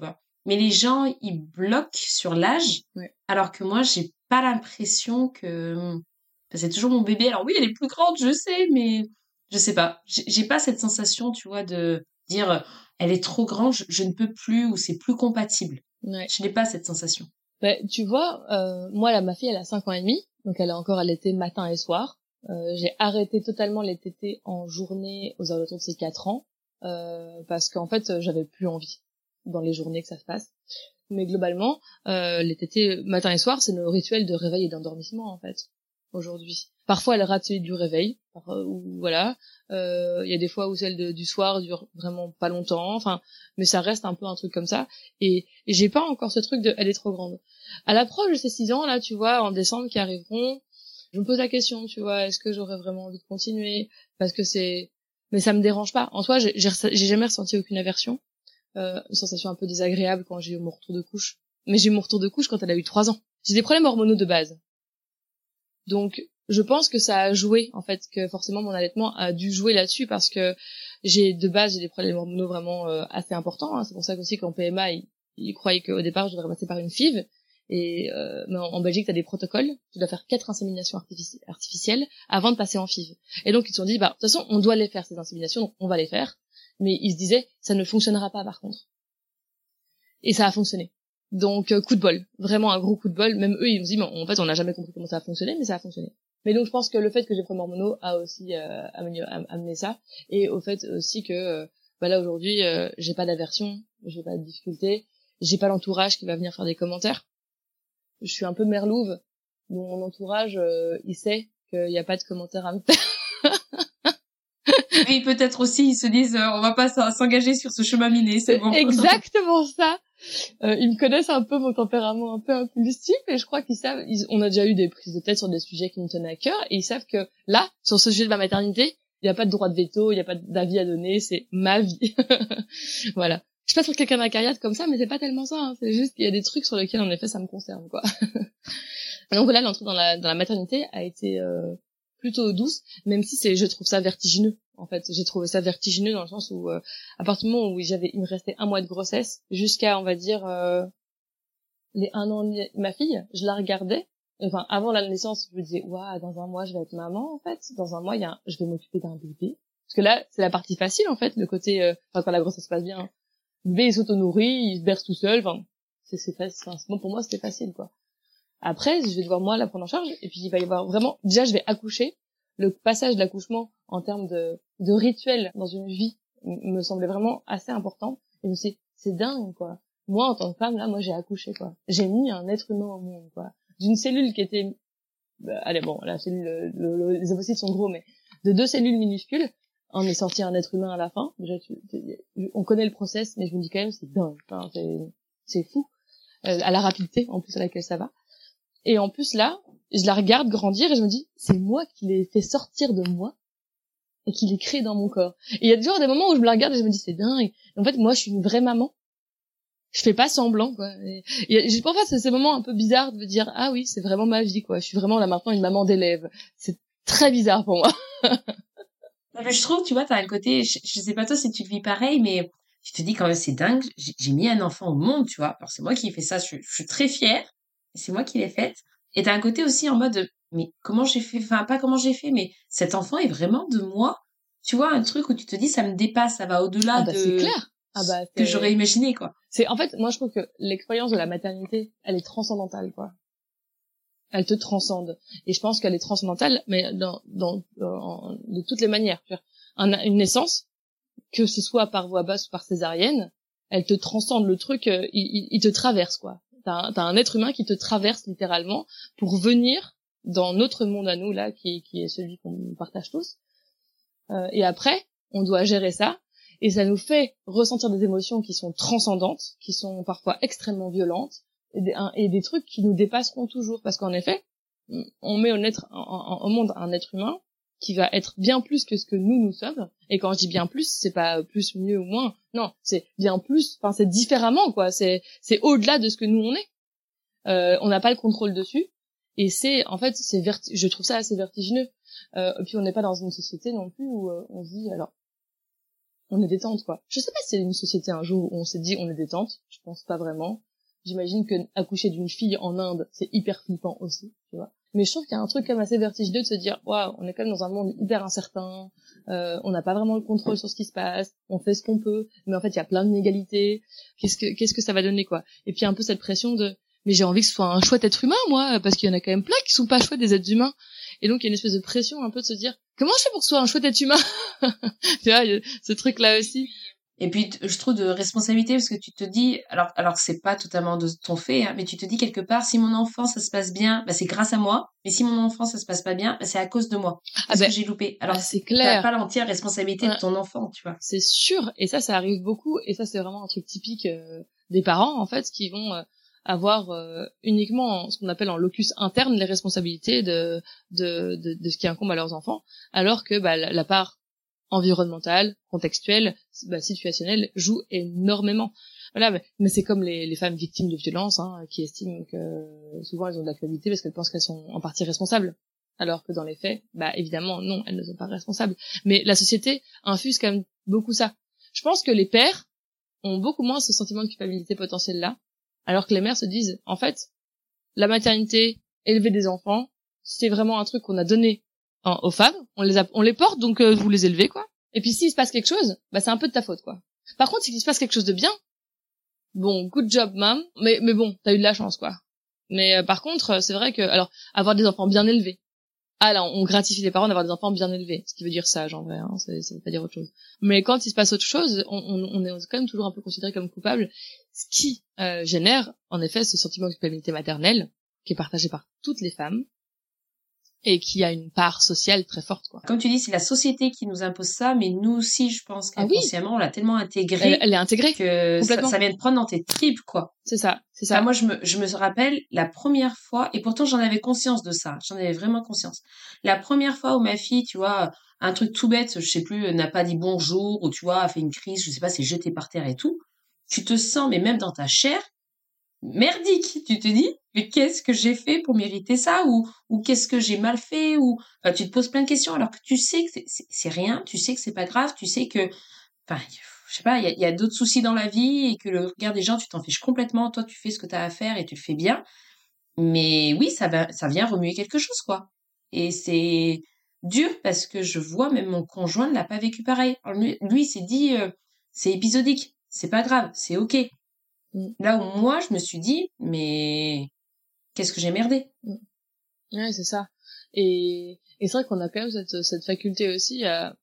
mais les gens, ils bloquent sur l'âge, Ouais. alors que moi, j'ai pas l'impression que... c'est toujours mon bébé. Alors oui, elle est plus grande, je sais, mais je sais pas. J'ai pas cette sensation, tu vois, de dire, elle est trop grande, je ne peux plus, ou c'est plus compatible. Ouais. Je n'ai pas cette sensation. Bah, tu vois, moi là, ma fille, elle a 5 ans et demi, donc elle est encore allaitée matin et soir. J'ai arrêté totalement les tétés en journée aux alentours de ses 4 ans, parce qu'en fait, j'avais plus envie dans les journées que ça se passe. Mais globalement, les tétés matin et soir, c'est nos rituels de réveil et d'endormissement, en fait, aujourd'hui. Parfois, elle rate celui du réveil, ou voilà. Il y a des fois où celle du soir dure vraiment pas longtemps, enfin, mais ça reste un peu un truc comme ça. Et j'ai pas encore ce truc de elle est trop grande. À l'approche de ces 6 ans, là, tu vois, en décembre qui arriveront, je me pose la question, tu vois, est-ce que j'aurais vraiment envie de continuer? Parce que mais ça me dérange pas. En soi, j'ai jamais ressenti aucune aversion. Une sensation un peu désagréable quand j'ai eu mon retour de couche. Mais j'ai eu mon retour de couche quand elle a eu 3 ans. J'ai des problèmes hormonaux de base. Donc, je pense que ça a joué, en fait, que forcément mon allaitement a dû jouer là-dessus parce que j'ai des problèmes hormonaux vraiment assez importants. Hein. C'est pour ça qu'aussi qu'en PMA, ils croyaient qu'au départ, je devrais passer par une FIV. Et mais en Belgique, tu as des protocoles. Tu dois faire 4 inséminations artificielles avant de passer en FIV. Et donc, ils se sont dit, bah, de toute façon, on doit les faire, ces inséminations, donc on va les faire. Mais ils se disaient, ça ne fonctionnera pas, par contre. Et ça a fonctionné. Donc, coup de bol. Vraiment un gros coup de bol. Même eux, ils me disent, en fait, on n'a jamais compris comment ça a fonctionné, mais ça a fonctionné. Mais donc, je pense que le fait que j'ai problème hormonaux a aussi amené ça. Et au fait aussi que, là, aujourd'hui, j'ai pas d'aversion, j'ai pas de difficulté, j'ai pas l'entourage qui va venir faire des commentaires. Je suis un peu merlouve. Mon entourage, il sait qu'il y a pas de commentaires à me faire. Oui, peut-être aussi, ils se disent, on va pas s'engager sur ce chemin miné, c'est bon. Exactement ça. Ils me connaissent un peu mon tempérament un peu impulsif et je crois qu'ils savent, on a déjà eu des prises de tête sur des sujets qui nous tenaient à cœur et ils savent que là, sur ce sujet de ma maternité, il n'y a pas de droit de veto, il n'y a pas d'avis à donner, c'est ma vie. Voilà. Je suis pas sur quelqu'un d'acariate comme ça, mais c'est pas tellement ça, hein. C'est juste qu'il y a des trucs sur lesquels, en effet, ça me concerne, quoi. Donc voilà, l'entrée dans la maternité a été plutôt douce, même si je trouve ça vertigineux. En fait, j'ai trouvé ça vertigineux dans le sens où, à partir du moment où il me restait 1 mois de grossesse, jusqu'à, on va dire, les 1 an de ma fille, je la regardais. Enfin, avant la naissance, je me disais, waouh, dans 1 mois, je vais être maman, en fait. Dans 1 mois, je vais m'occuper d'un bébé. Parce que là, c'est la partie facile, en fait, le côté, quand la grossesse se passe bien, hein. Le bébé, il s'auto-nourrit, il se berce tout seul, enfin, c'est facile. Enfin, bon, pour moi, c'était facile, quoi. Après, je vais devoir, moi, la prendre en charge, et puis il va y avoir vraiment, déjà, je vais accoucher. Le passage de l'accouchement, en termes de rituel dans une vie, me semblait vraiment assez important. Et je me suis dit, c'est dingue, quoi. Moi, en tant que femme, là, moi, j'ai accouché, quoi. J'ai mis un être humain au monde, quoi. D'une cellule qui était, allez, bon, la cellule, les ovocytes sont gros, mais de 2 cellules minuscules, on est sorti un être humain à la fin. Déjà, on connaît le process, mais je me dis quand même, c'est dingue. Enfin, c'est fou. À la rapidité, en plus, à laquelle ça va. Et en plus, là, je la regarde grandir et je me dis, c'est moi qui l'ai fait sortir de moi et qui l'ai créé dans mon corps. Et il y a toujours des moments où je me la regarde et je me dis, c'est dingue. Et en fait, moi, je suis une vraie maman. Je fais pas semblant, quoi. Et parfois, c'est ces moments un peu bizarres de me dire, ah oui, c'est vraiment ma vie, quoi. Je suis vraiment là maintenant une maman d'élève. C'est très bizarre pour moi. Je trouve, tu vois, t'as un côté, je sais pas toi si tu le vis pareil, mais je te dis quand même, c'est dingue, j'ai mis un enfant au monde, tu vois. Alors c'est moi qui ai fait ça, je suis très fière, c'est moi qui l'ai faite. Et t'as un côté aussi en mode, mais comment j'ai fait, enfin pas comment j'ai fait, mais cet enfant est vraiment de moi. Tu vois, un truc où tu te dis, ça me dépasse, ça va Ah au-delà bah, c'est de clair. Ah bah, ce que j'aurais imaginé, quoi. en fait, moi, je trouve que l'expérience de la maternité, elle est transcendantale, quoi. Elle te transcende. Et je pense qu'elle est transcendantale, mais de toutes les manières. Une naissance, que ce soit par voie basse ou par césarienne, elle te transcende. Le truc, il te traverse, quoi. T'as un être humain qui te traverse littéralement pour venir dans notre monde à nous, là, qui est celui qu'on partage tous. Et après, on doit gérer ça. Et ça nous fait ressentir des émotions qui sont transcendantes, qui sont parfois extrêmement violentes, et des trucs qui nous dépasseront toujours. Parce qu'en effet, on met au monde un être humain qui va être bien plus que ce que nous sommes. Et quand je dis bien plus, c'est pas plus, mieux ou moins. Non, c'est bien plus, enfin, c'est différemment, quoi. C'est au-delà de ce que nous on est. On n'a pas le contrôle dessus. Et en fait, je trouve ça assez vertigineux. Et puis on n'est pas dans une société non plus où on se dit, alors, on est détente, quoi. Je sais pas si c'est une société un jour où on s'est dit on est détente, je pense pas vraiment. J'imagine que accoucher d'une fille en Inde, c'est hyper flippant aussi, tu vois. Mais je trouve qu'il y a un truc quand même assez vertigineux de se dire, waouh, on est quand même dans un monde hyper incertain, on n'a pas vraiment le contrôle sur ce qui se passe, on fait ce qu'on peut, mais en fait il y a plein d'inégalités, qu'est-ce que ça va donner, quoi. Et puis un peu cette pression de, mais j'ai envie que ce soit un chouette être humain, moi, parce qu'il y en a quand même plein qui sont pas chouettes des êtres humains. Et donc il y a une espèce de pression un peu de se dire, comment je fais pour que ce soit un chouette être humain? Tu vois, il y a ce truc-là aussi. Et puis, je trouve de responsabilité parce que tu te dis, alors que c'est pas totalement de ton fait, hein, mais tu te dis quelque part, si mon enfant, ça se passe bien, bah, c'est grâce à moi. Mais si mon enfant, ça se passe pas bien, bah, c'est à cause de moi. Parce que j'ai loupé. Alors, c'est t'as clair. pas l'entière responsabilité de ton enfant, tu vois. C'est sûr. Et ça arrive beaucoup. Et ça, c'est vraiment un truc typique des parents, en fait, qui vont avoir uniquement ce qu'on appelle en locus interne les responsabilités de ce qui incombe à leurs enfants, alors que bah, la part environnementale, contextuelle, bah, situationnelle joue énormément. Voilà, mais c'est comme les femmes victimes de violences, hein, qui estiment que souvent elles ont de la culpabilité parce qu'elles pensent qu'elles sont en partie responsables, alors que dans les faits, bah évidemment non, elles ne sont pas responsables. Mais la société infuse quand même beaucoup ça. Je pense que les pères ont beaucoup moins ce sentiment de culpabilité potentiel là, alors que les mères se disent, en fait, la maternité, élever des enfants, c'est vraiment un truc qu'on a donné aux femmes, on les porte, donc vous les élevez, quoi. Et puis s'il se passe quelque chose, bah c'est un peu de ta faute, quoi. Par contre, s'il se passe quelque chose de bien, bon, good job, mam, mais bon, t'as eu de la chance, quoi. Mais par contre, c'est vrai que, alors, avoir des enfants bien élevés, ah là, on gratifie les parents d'avoir des enfants bien élevés, ce qui veut dire sage, en vrai, hein, ça veut pas dire autre chose. Mais quand il se passe autre chose, on est quand même toujours un peu considéré comme coupable, ce qui génère, en effet, ce sentiment de culpabilité maternelle, qui est partagé par toutes les femmes, et qui a une part sociale très forte, quoi. Comme tu dis, c'est la société qui nous impose ça, mais nous aussi, je pense qu'inconsciemment, on l'a tellement intégré. Elle est intégrée. Que ça vient de prendre dans tes tripes, quoi. C'est ça. Enfin, moi, je me rappelle la première fois, et pourtant j'en avais conscience de ça, j'en avais vraiment conscience. La première fois où ma fille, tu vois, un truc tout bête, je sais plus, n'a pas dit bonjour, ou tu vois, a fait une crise, je sais pas, s'est jetée par terre et tout, tu te sens, mais même dans ta chair, merdique. Tu te dis, mais qu'est-ce que j'ai fait pour mériter ça, ou qu'est-ce que j'ai mal fait, ou enfin, tu te poses plein de questions alors que tu sais que c'est rien, tu sais que c'est pas grave, tu sais que, enfin, je sais pas, il y a d'autres soucis dans la vie et que le regard des gens, tu t'en fiches complètement. Toi, tu fais ce que tu as à faire et tu le fais bien. Mais oui, ça vient remuer quelque chose, quoi. Et c'est dur parce que je vois même mon conjoint ne l'a pas vécu pareil. Alors lui, il s'est dit, c'est épisodique, c'est pas grave, c'est ok. Là où moi, je me suis dit, mais qu'est-ce que j'ai merdé. Ouais, c'est ça. Et c'est vrai qu'on a quand même cette faculté aussi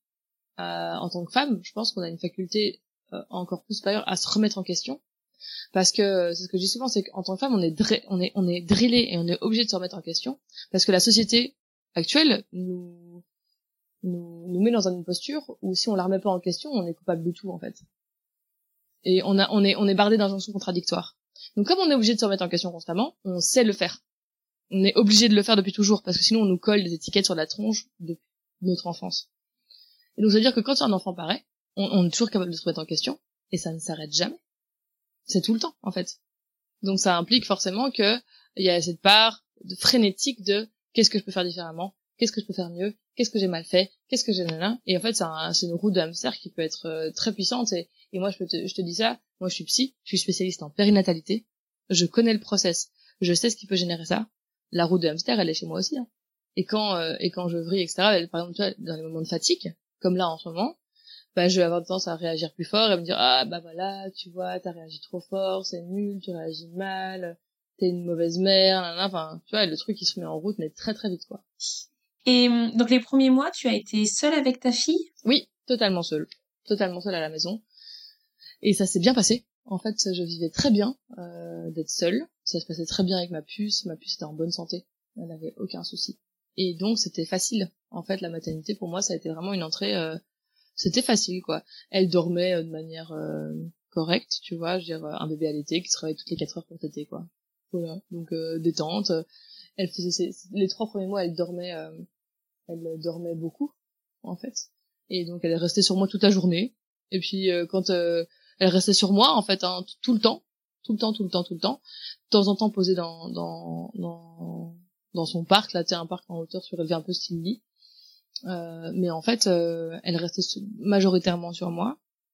en tant que femme, je pense qu'on a une faculté encore plus supérieure à se remettre en question, parce que c'est ce que je dis souvent, c'est qu'en tant que femme on est drillé et on est obligé de se remettre en question parce que la société actuelle nous met dans une posture où si on la remet pas en question, on est coupable de tout, en fait. Et on est bardé d'injonctions contradictoires. Donc comme on est obligé de se remettre en question constamment, on sait le faire. On est obligé de le faire depuis toujours, parce que sinon on nous colle des étiquettes sur la tronche depuis notre enfance. Et donc ça veut dire que quand un enfant paraît, on est toujours capable de se remettre en question, et ça ne s'arrête jamais. C'est tout le temps, en fait. Donc ça implique forcément que il y a cette part de frénétique de qu'est-ce que je peux faire différemment, qu'est-ce que je peux faire mieux, qu'est-ce que j'ai mal fait, qu'est-ce que j'ai nana. Et en fait c'est une roue de hamster qui peut être très puissante. Et moi je te dis ça, moi je suis psy, je suis spécialiste en périnatalité, je connais le process, je sais ce qui peut générer ça. La roue de hamster, elle est chez moi aussi, hein. Et quand je vrille, etc., par exemple, tu vois, dans les moments de fatigue, comme là en ce moment, bah je vais avoir tendance à réagir plus fort et me dire, ah bah voilà, tu vois, t'as réagi trop fort, c'est nul, tu réagis mal, t'es une mauvaise mère, enfin tu vois, le truc qui se met en route, mais très très vite, quoi. Et donc les premiers mois, tu as été seule avec ta fille? Oui, totalement seule à la maison, et ça s'est bien passé. En fait, je vivais très bien d'être seule, ça se passait très bien avec ma puce était en bonne santé, elle n'avait aucun souci, et donc c'était facile. En fait, la maternité pour moi, ça a été vraiment une entrée, c'était facile, quoi. Elle dormait de manière correcte, tu vois, je veux dire, un bébé allaité qui se réveille toutes les 4 heures pour téter, quoi. Voilà, donc détente. Elle faisait les 3 premiers mois, elle dormait beaucoup, en fait, et donc elle est restée sur moi toute la journée. Et puis quand elle restait sur moi, en fait, hein, tout le temps, de temps en temps posée dans son parc, là, tu sais, un parc en hauteur surélevé un peu style lit. Mais en fait, elle restait majoritairement sur moi.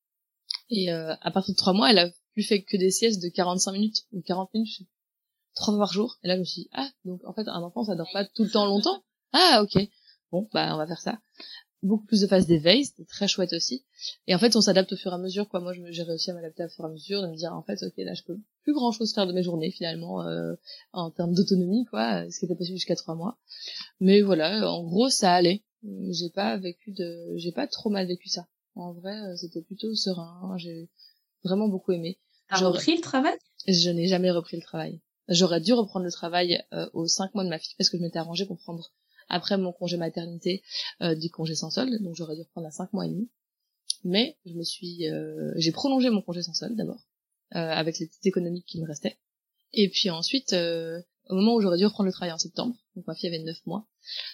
Et à partir de 3 mois, elle a plus fait que des siestes de 45 minutes ou 40 minutes, je sais plus, 3 fois par jour. Et là, je me suis dit, ah, donc en fait, un enfant, ça dort pas tout le temps longtemps. Ah, ok. Bon, bah, on va faire ça. Beaucoup plus de phases d'éveil, c'était très chouette aussi. Et en fait, on s'adapte au fur et à mesure, quoi. Moi, j'ai réussi à m'adapter au fur et à mesure, de me dire, en fait, ok, là, je peux plus grand chose faire de mes journées, finalement, en termes d'autonomie, quoi, ce qui était possible jusqu'à 3 mois. Mais voilà, en gros, ça allait. J'ai pas trop mal vécu ça. En vrai, c'était plutôt serein, hein. J'ai vraiment beaucoup aimé. T'as repris le travail? Je n'ai jamais repris le travail. J'aurais dû reprendre le travail aux 5 mois de ma fille, parce que je m'étais arrangée pour prendre après mon congé maternité du congé sans solde, donc j'aurais dû reprendre à 5 mois et demi. Mais j'ai prolongé mon congé sans solde d'abord, avec les petites économies qui me restaient. Et puis ensuite, au moment où j'aurais dû reprendre le travail en septembre, donc ma fille avait 9 mois,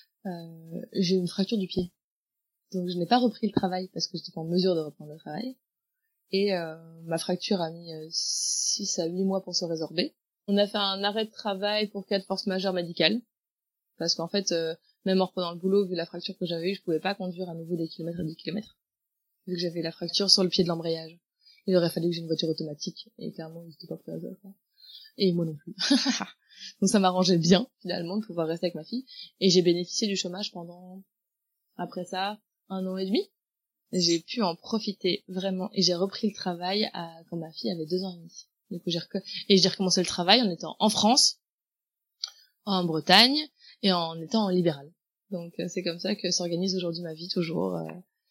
j'ai eu une fracture du pied. Donc je n'ai pas repris le travail parce que j'étais pas en mesure de reprendre le travail. Et ma fracture a mis 6 à 8 mois pour se résorber. On a fait un arrêt de travail pour cas de force majeure médicale. Parce qu'en fait, même en reprenant le boulot, vu la fracture que j'avais eue, je pouvais pas conduire à nouveau des kilomètres et des kilomètres. Vu que j'avais la fracture sur le pied de l'embrayage. Il aurait fallu que j'ai une voiture automatique. Et clairement, il n'était pas prêt à ça. Et moi non plus. Donc ça m'arrangeait bien, finalement, de pouvoir rester avec ma fille. Et j'ai bénéficié du chômage pendant, après ça, 1 an et demi. J'ai pu en profiter vraiment. Et j'ai repris le travail quand ma fille avait 2 ans et demi. Du coup, j'ai recommencé le travail en étant en France, en Bretagne, et en étant en libéral. Donc c'est comme ça que s'organise aujourd'hui ma vie, toujours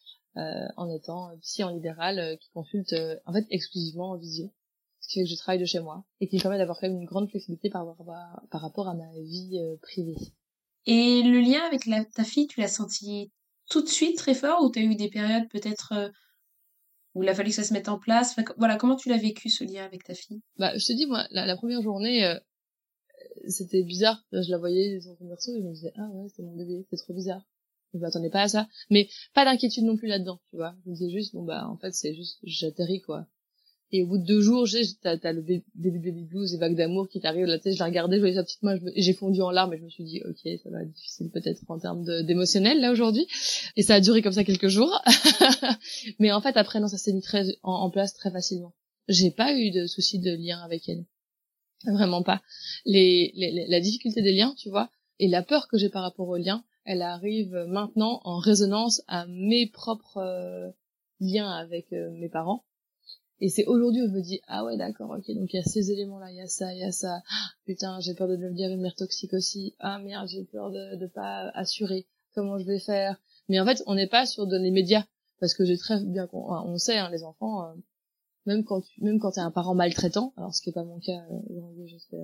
en étant psy en libéral, qui consulte en fait exclusivement en visio, ce qui fait que je travaille de chez moi et qui me permet d'avoir quand même une grande flexibilité par rapport à ma vie privée. Et le lien avec ta fille, tu l'as senti tout de suite très fort, ou t'as eu des périodes peut-être où il a fallu que ça se mette en place? Enfin, voilà, comment tu l'as vécu, ce lien avec ta fille? Bah je te dis, moi la première journée, c'était bizarre. Je la voyais sur son berceau et je me disais, ah ouais, c'est mon bébé, c'est trop bizarre. Je m'attendais pas à ça. Mais pas d'inquiétude non plus là-dedans, tu vois. Je me disais juste, bon bah, en fait, c'est juste, j'atterris, quoi. Et au bout de 2 jours, t'as le baby blues et vague d'amour qui t'arrive, là, tu sais, je la regardais, je voyais sa petite main, et j'ai fondu en larmes et je me suis dit, ok, ça va être difficile peut-être en termes d'émotionnel, là, aujourd'hui. Et ça a duré comme ça quelques jours. Mais en fait, après, non, ça s'est mis en place très facilement. J'ai pas eu de soucis de lien avec elle. Vraiment pas. La difficulté des liens, tu vois, et la peur que j'ai par rapport aux liens, elle arrive maintenant en résonance à mes propres liens avec mes parents. Et c'est aujourd'hui où je me dis, ah ouais, d'accord, ok, donc il y a ces éléments-là, il y a ça, Ah, putain, j'ai peur de devenir une mère toxique aussi. Ah merde, j'ai peur de pas assurer. Comment je vais faire? Mais en fait, on n'est pas sur de l'immédiat. Parce que j'ai très bien, on sait, hein, les enfants, même quand t'es un parent maltraitant, alors ce qui est pas mon cas aujourd'hui, j'espère,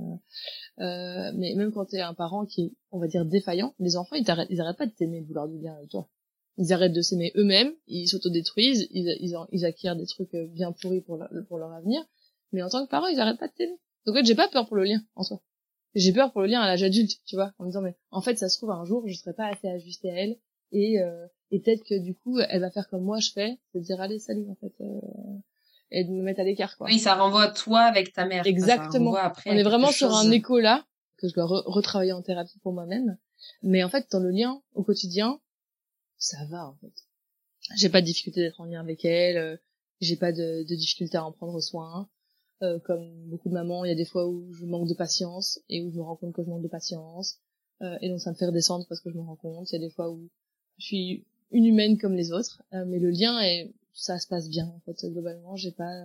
mais même quand t'es un parent qui est, on va dire, défaillant, les enfants, ils arrêtent pas de t'aimer, de vouloir du bien avec toi. Ils arrêtent de s'aimer eux-mêmes, ils s'autodétruisent, ils acquièrent des trucs bien pourris pour leur avenir, mais en tant que parent, ils arrêtent pas de t'aimer. Donc en fait, j'ai pas peur pour le lien, en soi. J'ai peur pour le lien à l'âge adulte, tu vois, en me disant, mais en fait, ça se trouve, un jour, je serai pas assez ajustée à elle, et peut-être que du coup, elle va faire comme moi je fais, c'est de dire, allez, salut, en fait, et de me mettre à l'écart, quoi. Oui, ça renvoie à toi avec ta mère. Exactement. On est vraiment sur un écho là, que je dois retravailler en thérapie pour moi-même. Mais en fait, dans le lien au quotidien, ça va, en fait. J'ai pas de difficulté d'être en lien avec elle, j'ai pas de difficulté à en prendre soin. Comme beaucoup de mamans, il y a des fois où je manque de patience, et où je me rends compte que je manque de patience. Et donc ça me fait redescendre parce que je me rends compte. Il y a des fois où je suis une humaine comme les autres, mais le lien ça se passe bien, en fait. Globalement, j'ai pas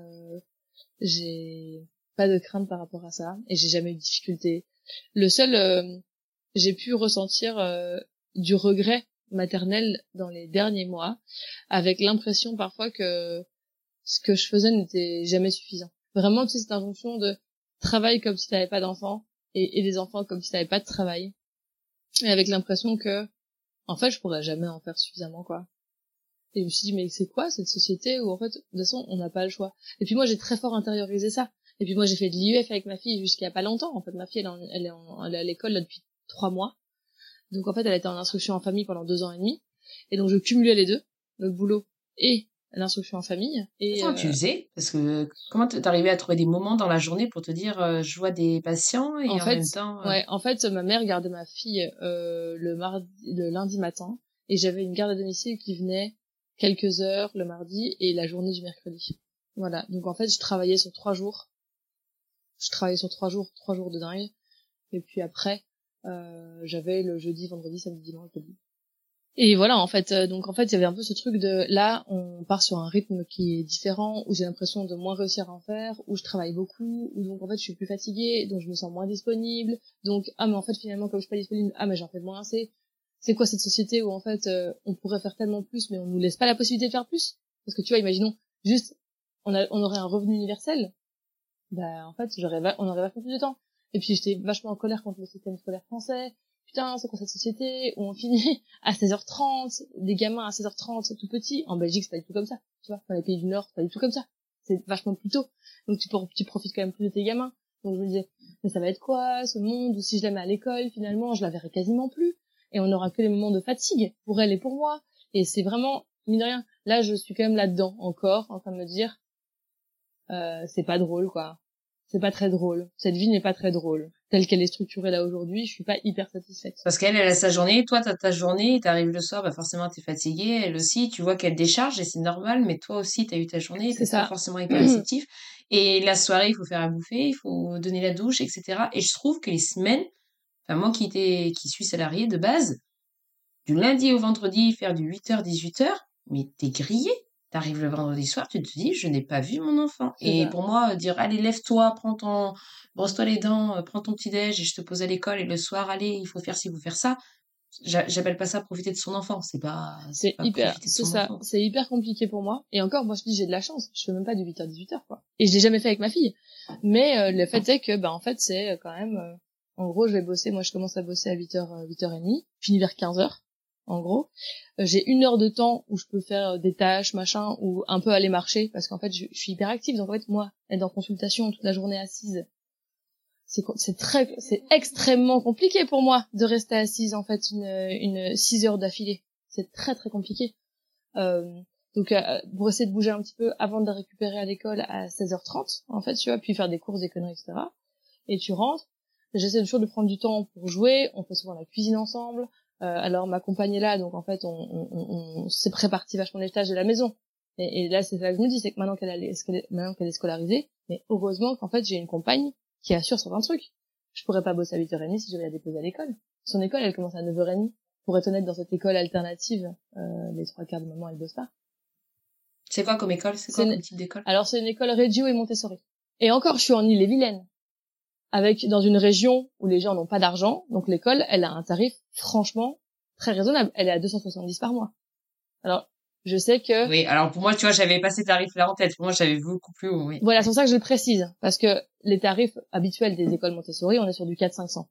de crainte par rapport à ça, et j'ai jamais eu de difficulté. Le seul, j'ai pu ressentir du regret maternel dans les derniers mois, avec l'impression parfois que ce que je faisais n'était jamais suffisant. Vraiment, tu sais, cette injonction de travail comme si t'avais pas d'enfants, et des enfants comme si t'avais pas de travail, et avec l'impression que, en fait, je pourrais jamais en faire suffisamment, quoi. Et je me suis dit, mais c'est quoi cette société où, en fait, de toute façon, on n'a pas le choix. Et puis moi, j'ai très fort intériorisé ça. Et puis moi, j'ai fait de l'IEF avec ma fille jusqu'à pas longtemps. En fait, ma fille, elle est à l'école là depuis 3 mois. Donc en fait, elle était en instruction en famille pendant 2 ans et demi. Et donc je cumulais les deux, le boulot et l'instruction en famille. Et comment tu faisais? Parce que comment t'arrivais à trouver des moments dans la journée pour te dire, je vois des patients et en même temps... en fait, ma mère gardait ma fille le lundi matin, et j'avais une garde à domicile qui venait quelques heures le mardi et la journée du mercredi. Voilà. Donc en fait, je travaillais sur 3 jours. 3 jours de dingue. Et puis après, j'avais le jeudi, vendredi, samedi, dimanche, jeudi. Et voilà, en fait, donc en fait, il y avait un peu ce truc de, là, on part sur un rythme qui est différent, où j'ai l'impression de moins réussir à en faire, où je travaille beaucoup, où donc en fait, je suis plus fatiguée, donc je me sens moins disponible, donc, ah, mais en fait, finalement, comme je suis pas disponible, ah, mais j'en fais moins assez. C'est quoi cette société où en fait, on pourrait faire tellement plus, mais on nous laisse pas la possibilité de faire plus? Parce que tu vois, imaginons, juste, on aurait un revenu universel, bah, en fait, on aurait vachement plus de temps. Et puis, j'étais vachement en colère contre le système scolaire français. Putain, c'est quoi cette société où on finit à 16h30, des gamins à 16h30, tout petits. En Belgique, c'est pas du tout comme ça. Tu vois, dans les pays du Nord, c'est pas du tout comme ça. C'est vachement plus tôt. Donc, tu profites quand même plus de tes gamins. Donc, je me disais, mais ça va être quoi, ce monde, où si je la mets à l'école, finalement, je la verrai quasiment plus. Et on n'aura que les moments de fatigue, pour elle et pour moi. Et c'est vraiment, mine de rien, là, je suis quand même là-dedans, encore, en train de me dire, c'est pas drôle, quoi. C'est pas très drôle. Cette vie n'est pas très drôle. Telle qu'elle est structurée là aujourd'hui, je suis pas hyper satisfaite. Parce qu'elle, elle a sa journée, toi, t'as ta journée, t'arrives le soir, bah forcément, t'es fatiguée, elle aussi, tu vois qu'elle décharge et c'est normal, mais toi aussi, t'as eu ta journée, C'est t'es pas ça. forcément hyper réceptif. Et la soirée, il faut faire à bouffer, il faut donner la douche, etc. Et je trouve que les semaines, enfin, moi qui suis salariée de base, du lundi au vendredi, faire du 8h, 18h, mais t'es grillé. T'arrives le vendredi soir, tu te dis, je n'ai pas vu mon enfant. C'est Et ça. pour moi, dire, allez, lève-toi, brosse-toi les dents, prends ton petit déj et je te pose à l'école et le soir, allez, il faut faire ci, il faut faire ça. J'appelle pas ça profiter de son enfant. C'est pas profiter de C'est son ça. enfant. C'est hyper compliqué pour moi. Et encore, moi, je dis, j'ai de la chance. Je fais même pas du 8h, 18h, quoi. Et je l'ai jamais fait avec ma fille. Mais, le fait est que, bah, en fait, c'est quand même, en gros, je vais bosser, moi, je commence à bosser à 8h, 8h30. Je finis vers 15h. En gros, j'ai 1 heure de temps où je peux faire des tâches, machin, ou un peu aller marcher, parce qu'en fait, je suis hyper active. Donc, en fait, moi, être en consultation toute la journée assise, c'est extrêmement compliqué pour moi de rester assise, en fait, une 6 heures d'affilée. C'est très, très compliqué. Euh, donc, pour essayer de bouger un petit peu avant de la récupérer à l'école à 16h30, en fait, tu vois, puis faire des courses, des conneries, etc. Et tu rentres. J'essaie toujours de prendre du temps pour jouer. On fait souvent la cuisine ensemble. Alors ma compagne est là, donc en fait on s'est préparti vachement les tâches de la maison. Et là c'est ça que je me dis, c'est que maintenant qu'elle est scolarisée, mais heureusement qu'en fait j'ai une compagne qui assure certains trucs. Je pourrais pas bosser à 8h30 si je devais la déposer à l'école. Son école elle commence à 9h30. Pour être honnête, dans cette école alternative, les 3 quarts du moment elle bosse pas. C'est quoi comme école? C'est quoi comme type d'école? Alors c'est une école Reggio et Montessori. Et encore je suis en Ille-et-Vilaine, dans une région où les gens n'ont pas d'argent, donc l'école, elle a un tarif franchement très raisonnable. Elle est à 270 par mois. Alors, je sais que... Oui, alors pour moi, tu vois, j'avais pas ces tarifs-là en tête. Pour moi, j'avais beaucoup plus haut, oui. Voilà, c'est pour ça que je le précise, parce que les tarifs habituels des écoles Montessori, on est sur du 400-500.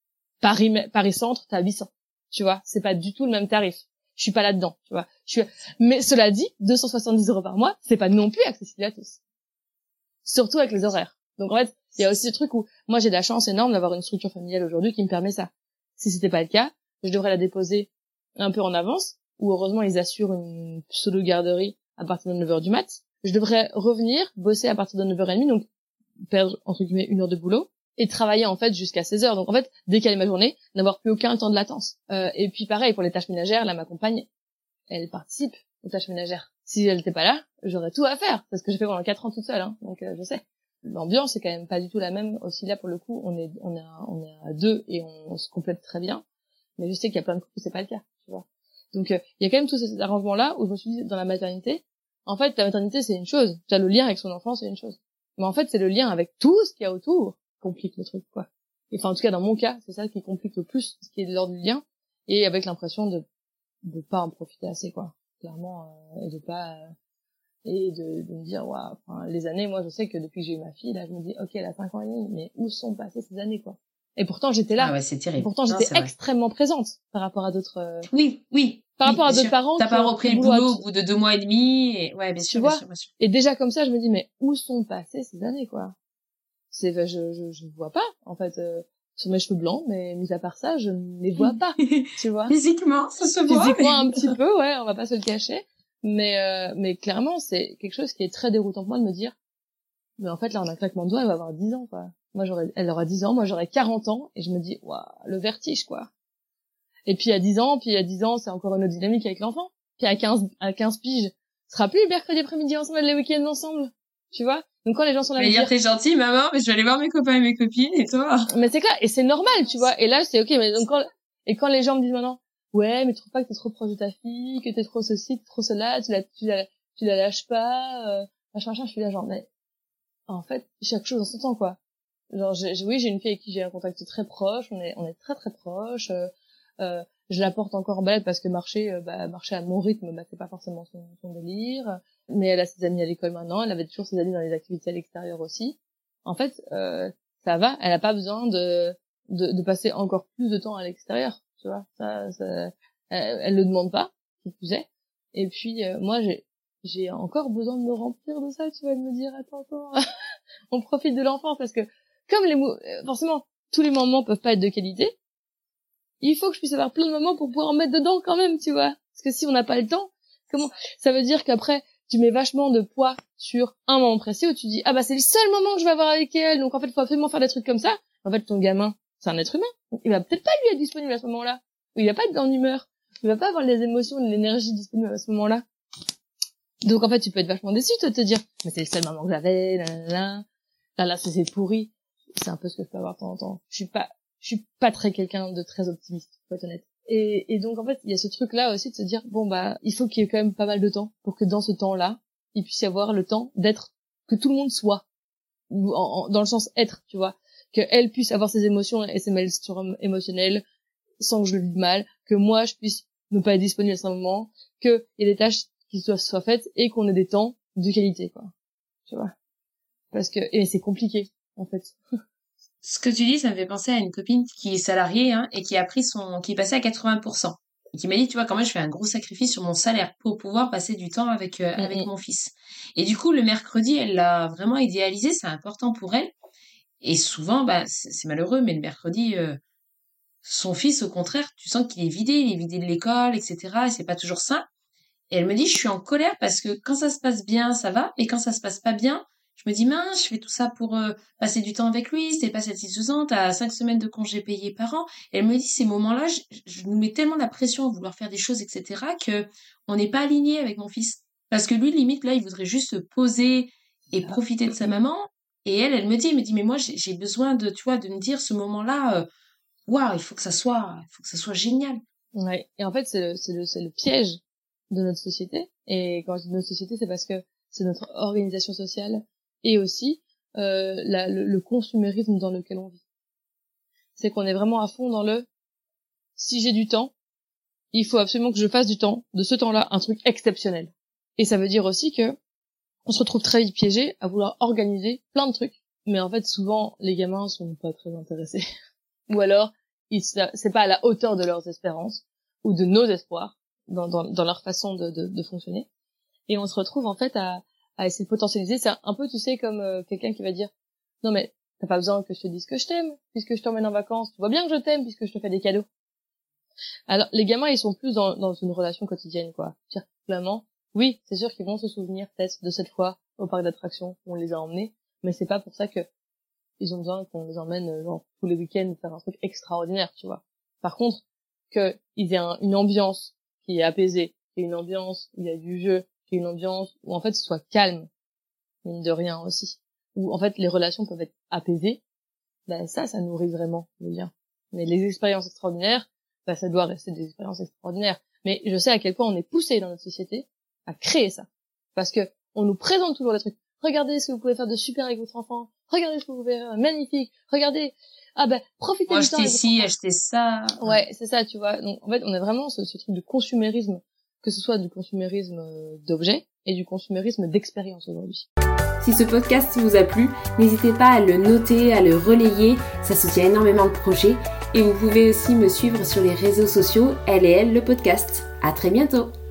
Paris Centre, t'as 800. Tu vois, c'est pas du tout le même tarif. Je suis pas là-dedans, tu vois. Mais cela dit, 270 € par mois, c'est pas non plus accessible à tous. Surtout avec les horaires. Donc en fait, il y a aussi ce truc où moi j'ai de la chance énorme d'avoir une structure familiale aujourd'hui qui me permet ça. Si c'était pas le cas, je devrais la déposer un peu en avance, ou heureusement ils assurent une pseudo-garderie à partir de 9h du mat. Je devrais revenir, bosser à partir de 9h30, donc perdre entre guillemets 1 heure de boulot, et travailler en fait jusqu'à 16h. Donc en fait, décaler ma journée, n'avoir plus aucun temps de latence. Et puis pareil pour les tâches ménagères, là ma compagne, elle participe aux tâches ménagères. Si elle n'était pas là, j'aurais tout à faire, parce que j'ai fait pendant 4 ans toute seule, hein, donc je sais. L'ambiance est quand même pas du tout la même aussi là pour le coup. On est à 2 et on se complète très bien. Mais je sais qu'il y a plein de couples où c'est pas le cas, tu vois. Donc il y a quand même tout cet arrangement là où je me suis dit dans la maternité, en fait la maternité c'est une chose, tu as le lien avec son enfant c'est une chose. Mais en fait c'est le lien avec tout ce qu'il y a autour qui complique le truc quoi. Et enfin en tout cas dans mon cas, c'est ça qui complique le plus, ce qui est de l'ordre du lien et avec l'impression de pas en profiter assez quoi. Clairement et de pas et de me dire waouh, enfin, les années moi je sais que depuis que j'ai eu ma fille là je me dis OK, elle a 5 ans et demi mais où sont passées ces années quoi. Et pourtant j'étais là. Ah ouais, c'est Et terrible. pourtant Non, j'étais c'est vrai. extrêmement présente par rapport à d'autres Oui, par rapport à bien d'autres sûr. parents T'as qui pas ont repris le le boulot boulot au bout de 2 mois et demi et ouais, bien tu sûr, bien vois. sûr, bien sûr. Et déjà comme ça je me dis mais où sont passées ces années quoi. C'est je vois pas en fait sur mes cheveux blancs mais mis à part ça je ne les vois pas, tu vois. Physiquement, ça se voit. Physiquement un petit peu ouais, on va pas se le cacher. Mais clairement, c'est quelque chose qui est très déroutant pour moi de me dire, mais en fait, là, on a un claquement de doigts, elle va avoir 10 ans, quoi. Elle aura 10 ans, moi, j'aurai 40 ans, et je me dis, waouh, le vertige, quoi. Et puis, à 10 ans, c'est encore une autre dynamique avec l'enfant. Puis à 15 piges, ce sera plus le mercredi après-midi ensemble, les week-ends ensemble. Tu vois? Donc quand les gens sont là, mais dire t'es gentille, maman, mais je vais aller voir mes copains et mes copines, et toi? Mais c'est clair, et c'est normal, tu vois. Et là, c'est ok, mais donc quand les gens me disent maintenant, ouais, mais tu trouves pas que t'es trop proche de ta fille, que t'es trop ceci, trop cela, tu la lâches pas, machin, je suis là genre, mais, en fait, chaque chose en son temps, quoi. Genre, oui, j'ai une fille avec qui j'ai un contact très proche, on est très très proches, je la porte encore en balade parce que marcher à mon rythme, c'est pas forcément son délire. Mais elle a ses amis à l'école maintenant, elle avait toujours ses amis dans les activités à l'extérieur aussi. En fait, ça va, elle a pas besoin de passer encore plus de temps à l'extérieur, tu vois. Elle le demande pas, qui plus est. Et puis, moi, j'ai encore besoin de me remplir de ça, tu vois, de me dire, attends, on profite de l'enfance parce que, comme forcément, tous les moments peuvent pas être de qualité, il faut que je puisse avoir plein de moments pour pouvoir en mettre dedans quand même, tu vois. Parce que si on n'a pas le temps, comment, ça veut dire qu'après, tu mets vachement de poids sur un moment précis où tu dis, c'est le seul moment que je vais avoir avec elle, donc en fait, il faut absolument faire des trucs comme ça. En fait, ton gamin, c'est un être humain. Donc, il va peut-être pas lui être disponible à ce moment-là. Ou il va pas être dans l'humeur. Il va pas avoir les émotions, l'énergie disponible à ce moment-là. Donc en fait, tu peux être vachement déçu, toi, de te dire, mais c'est le seul moment que j'avais, là, c'est pourri. C'est un peu ce que je peux avoir de temps en temps. Je suis pas très quelqu'un de très optimiste, pour être honnête. Et donc, en fait, il y a ce truc-là aussi de se dire, il faut qu'il y ait quand même pas mal de temps pour que dans ce temps-là, il puisse y avoir le temps d'être, que tout le monde soit, dans le sens être, tu vois, qu'elle puisse avoir ses émotions et ses maelstrom émotionnels sans que je le vive mal, que moi, je puisse ne pas être disponible à ce moment, qu'il y ait des tâches qui soient faites et qu'on ait des temps de qualité, quoi. Tu vois. Parce que, et c'est compliqué, en fait. Ce que tu dis, ça me fait penser à une copine qui est salariée, hein, et qui est passée à 80%. Et qui m'a dit, tu vois, quand même, je fais un gros sacrifice sur mon salaire pour pouvoir passer du temps avec mon fils. Et du coup, le mercredi, elle l'a vraiment idéalisé, c'est important pour elle. Et souvent, c'est malheureux, mais le mercredi, son fils, au contraire, tu sens qu'il il est vidé de l'école, etc. Et c'est pas toujours ça. Et elle me dit, je suis en colère parce que quand ça se passe bien, ça va, et quand ça se passe pas bien, je me dis, mince, je fais tout ça pour passer du temps avec lui, c'est pas satisfaisant, t'as 5 semaines de congés payés par an. Et elle me dit, ces moments-là, je nous mets tellement la pression à vouloir faire des choses, etc., que on n'est pas aligné avec mon fils. Parce que lui, limite, là, il voudrait juste se poser et profiter de sa maman. Et elle me dit, mais moi, j'ai besoin de, tu vois, de me dire ce moment-là, waouh, il faut que ça soit génial. Ouais. Et en fait, c'est le piège de notre société. Et quand je dis notre société, c'est parce que c'est notre organisation sociale et aussi le consumérisme dans lequel on vit. C'est qu'on est vraiment à fond dans si j'ai du temps, il faut absolument que je fasse du temps, de ce temps-là, un truc exceptionnel. Et ça veut dire aussi que on se retrouve très vite piégé à vouloir organiser plein de trucs. Mais en fait, souvent, les gamins sont pas très intéressés. Ou alors, c'est pas à la hauteur de leurs espérances ou de nos espoirs dans leur façon de fonctionner. Et on se retrouve en fait à essayer de potentialiser. C'est un peu, tu sais, comme quelqu'un qui va dire non mais t'as pas besoin que je te dise que je t'aime puisque je t'emmène en vacances, tu vois bien que je t'aime puisque je te fais des cadeaux. Alors les gamins, ils sont plus dans une relation quotidienne, quoi. Dire clairement, oui, c'est sûr qu'ils vont se souvenir peut-être de cette fois au parc d'attractions où on les a emmenés, mais c'est pas pour ça que ils ont besoin qu'on les emmène genre tous les week-ends faire un truc extraordinaire, tu vois. Par contre, qu'ils aient une ambiance qui est apaisée, qui est une ambiance où il y a du jeu, qui est une ambiance où en fait ce soit calme, mine de rien aussi, où en fait les relations peuvent être apaisées, ça nourrit vraiment le lien. Mais les expériences extraordinaires, ça doit rester des expériences extraordinaires. Mais je sais à quel point on est poussé dans notre société à créer ça, parce que on nous présente toujours des trucs. Regardez ce que vous pouvez faire de super avec votre enfant. Regardez ce que vous pouvez faire, magnifique. Regardez, profitez du temps. Acheter ci, acheter ça. Ouais, c'est ça, tu vois. Donc en fait, on a vraiment ce truc de consumérisme, que ce soit du consumérisme d'objets et du consumérisme d'expérience aujourd'hui. Si ce podcast vous a plu, n'hésitez pas à le noter, à le relayer, ça soutient énormément le projet. Et vous pouvez aussi me suivre sur les réseaux sociaux, Elle et Elle, le podcast. À très bientôt.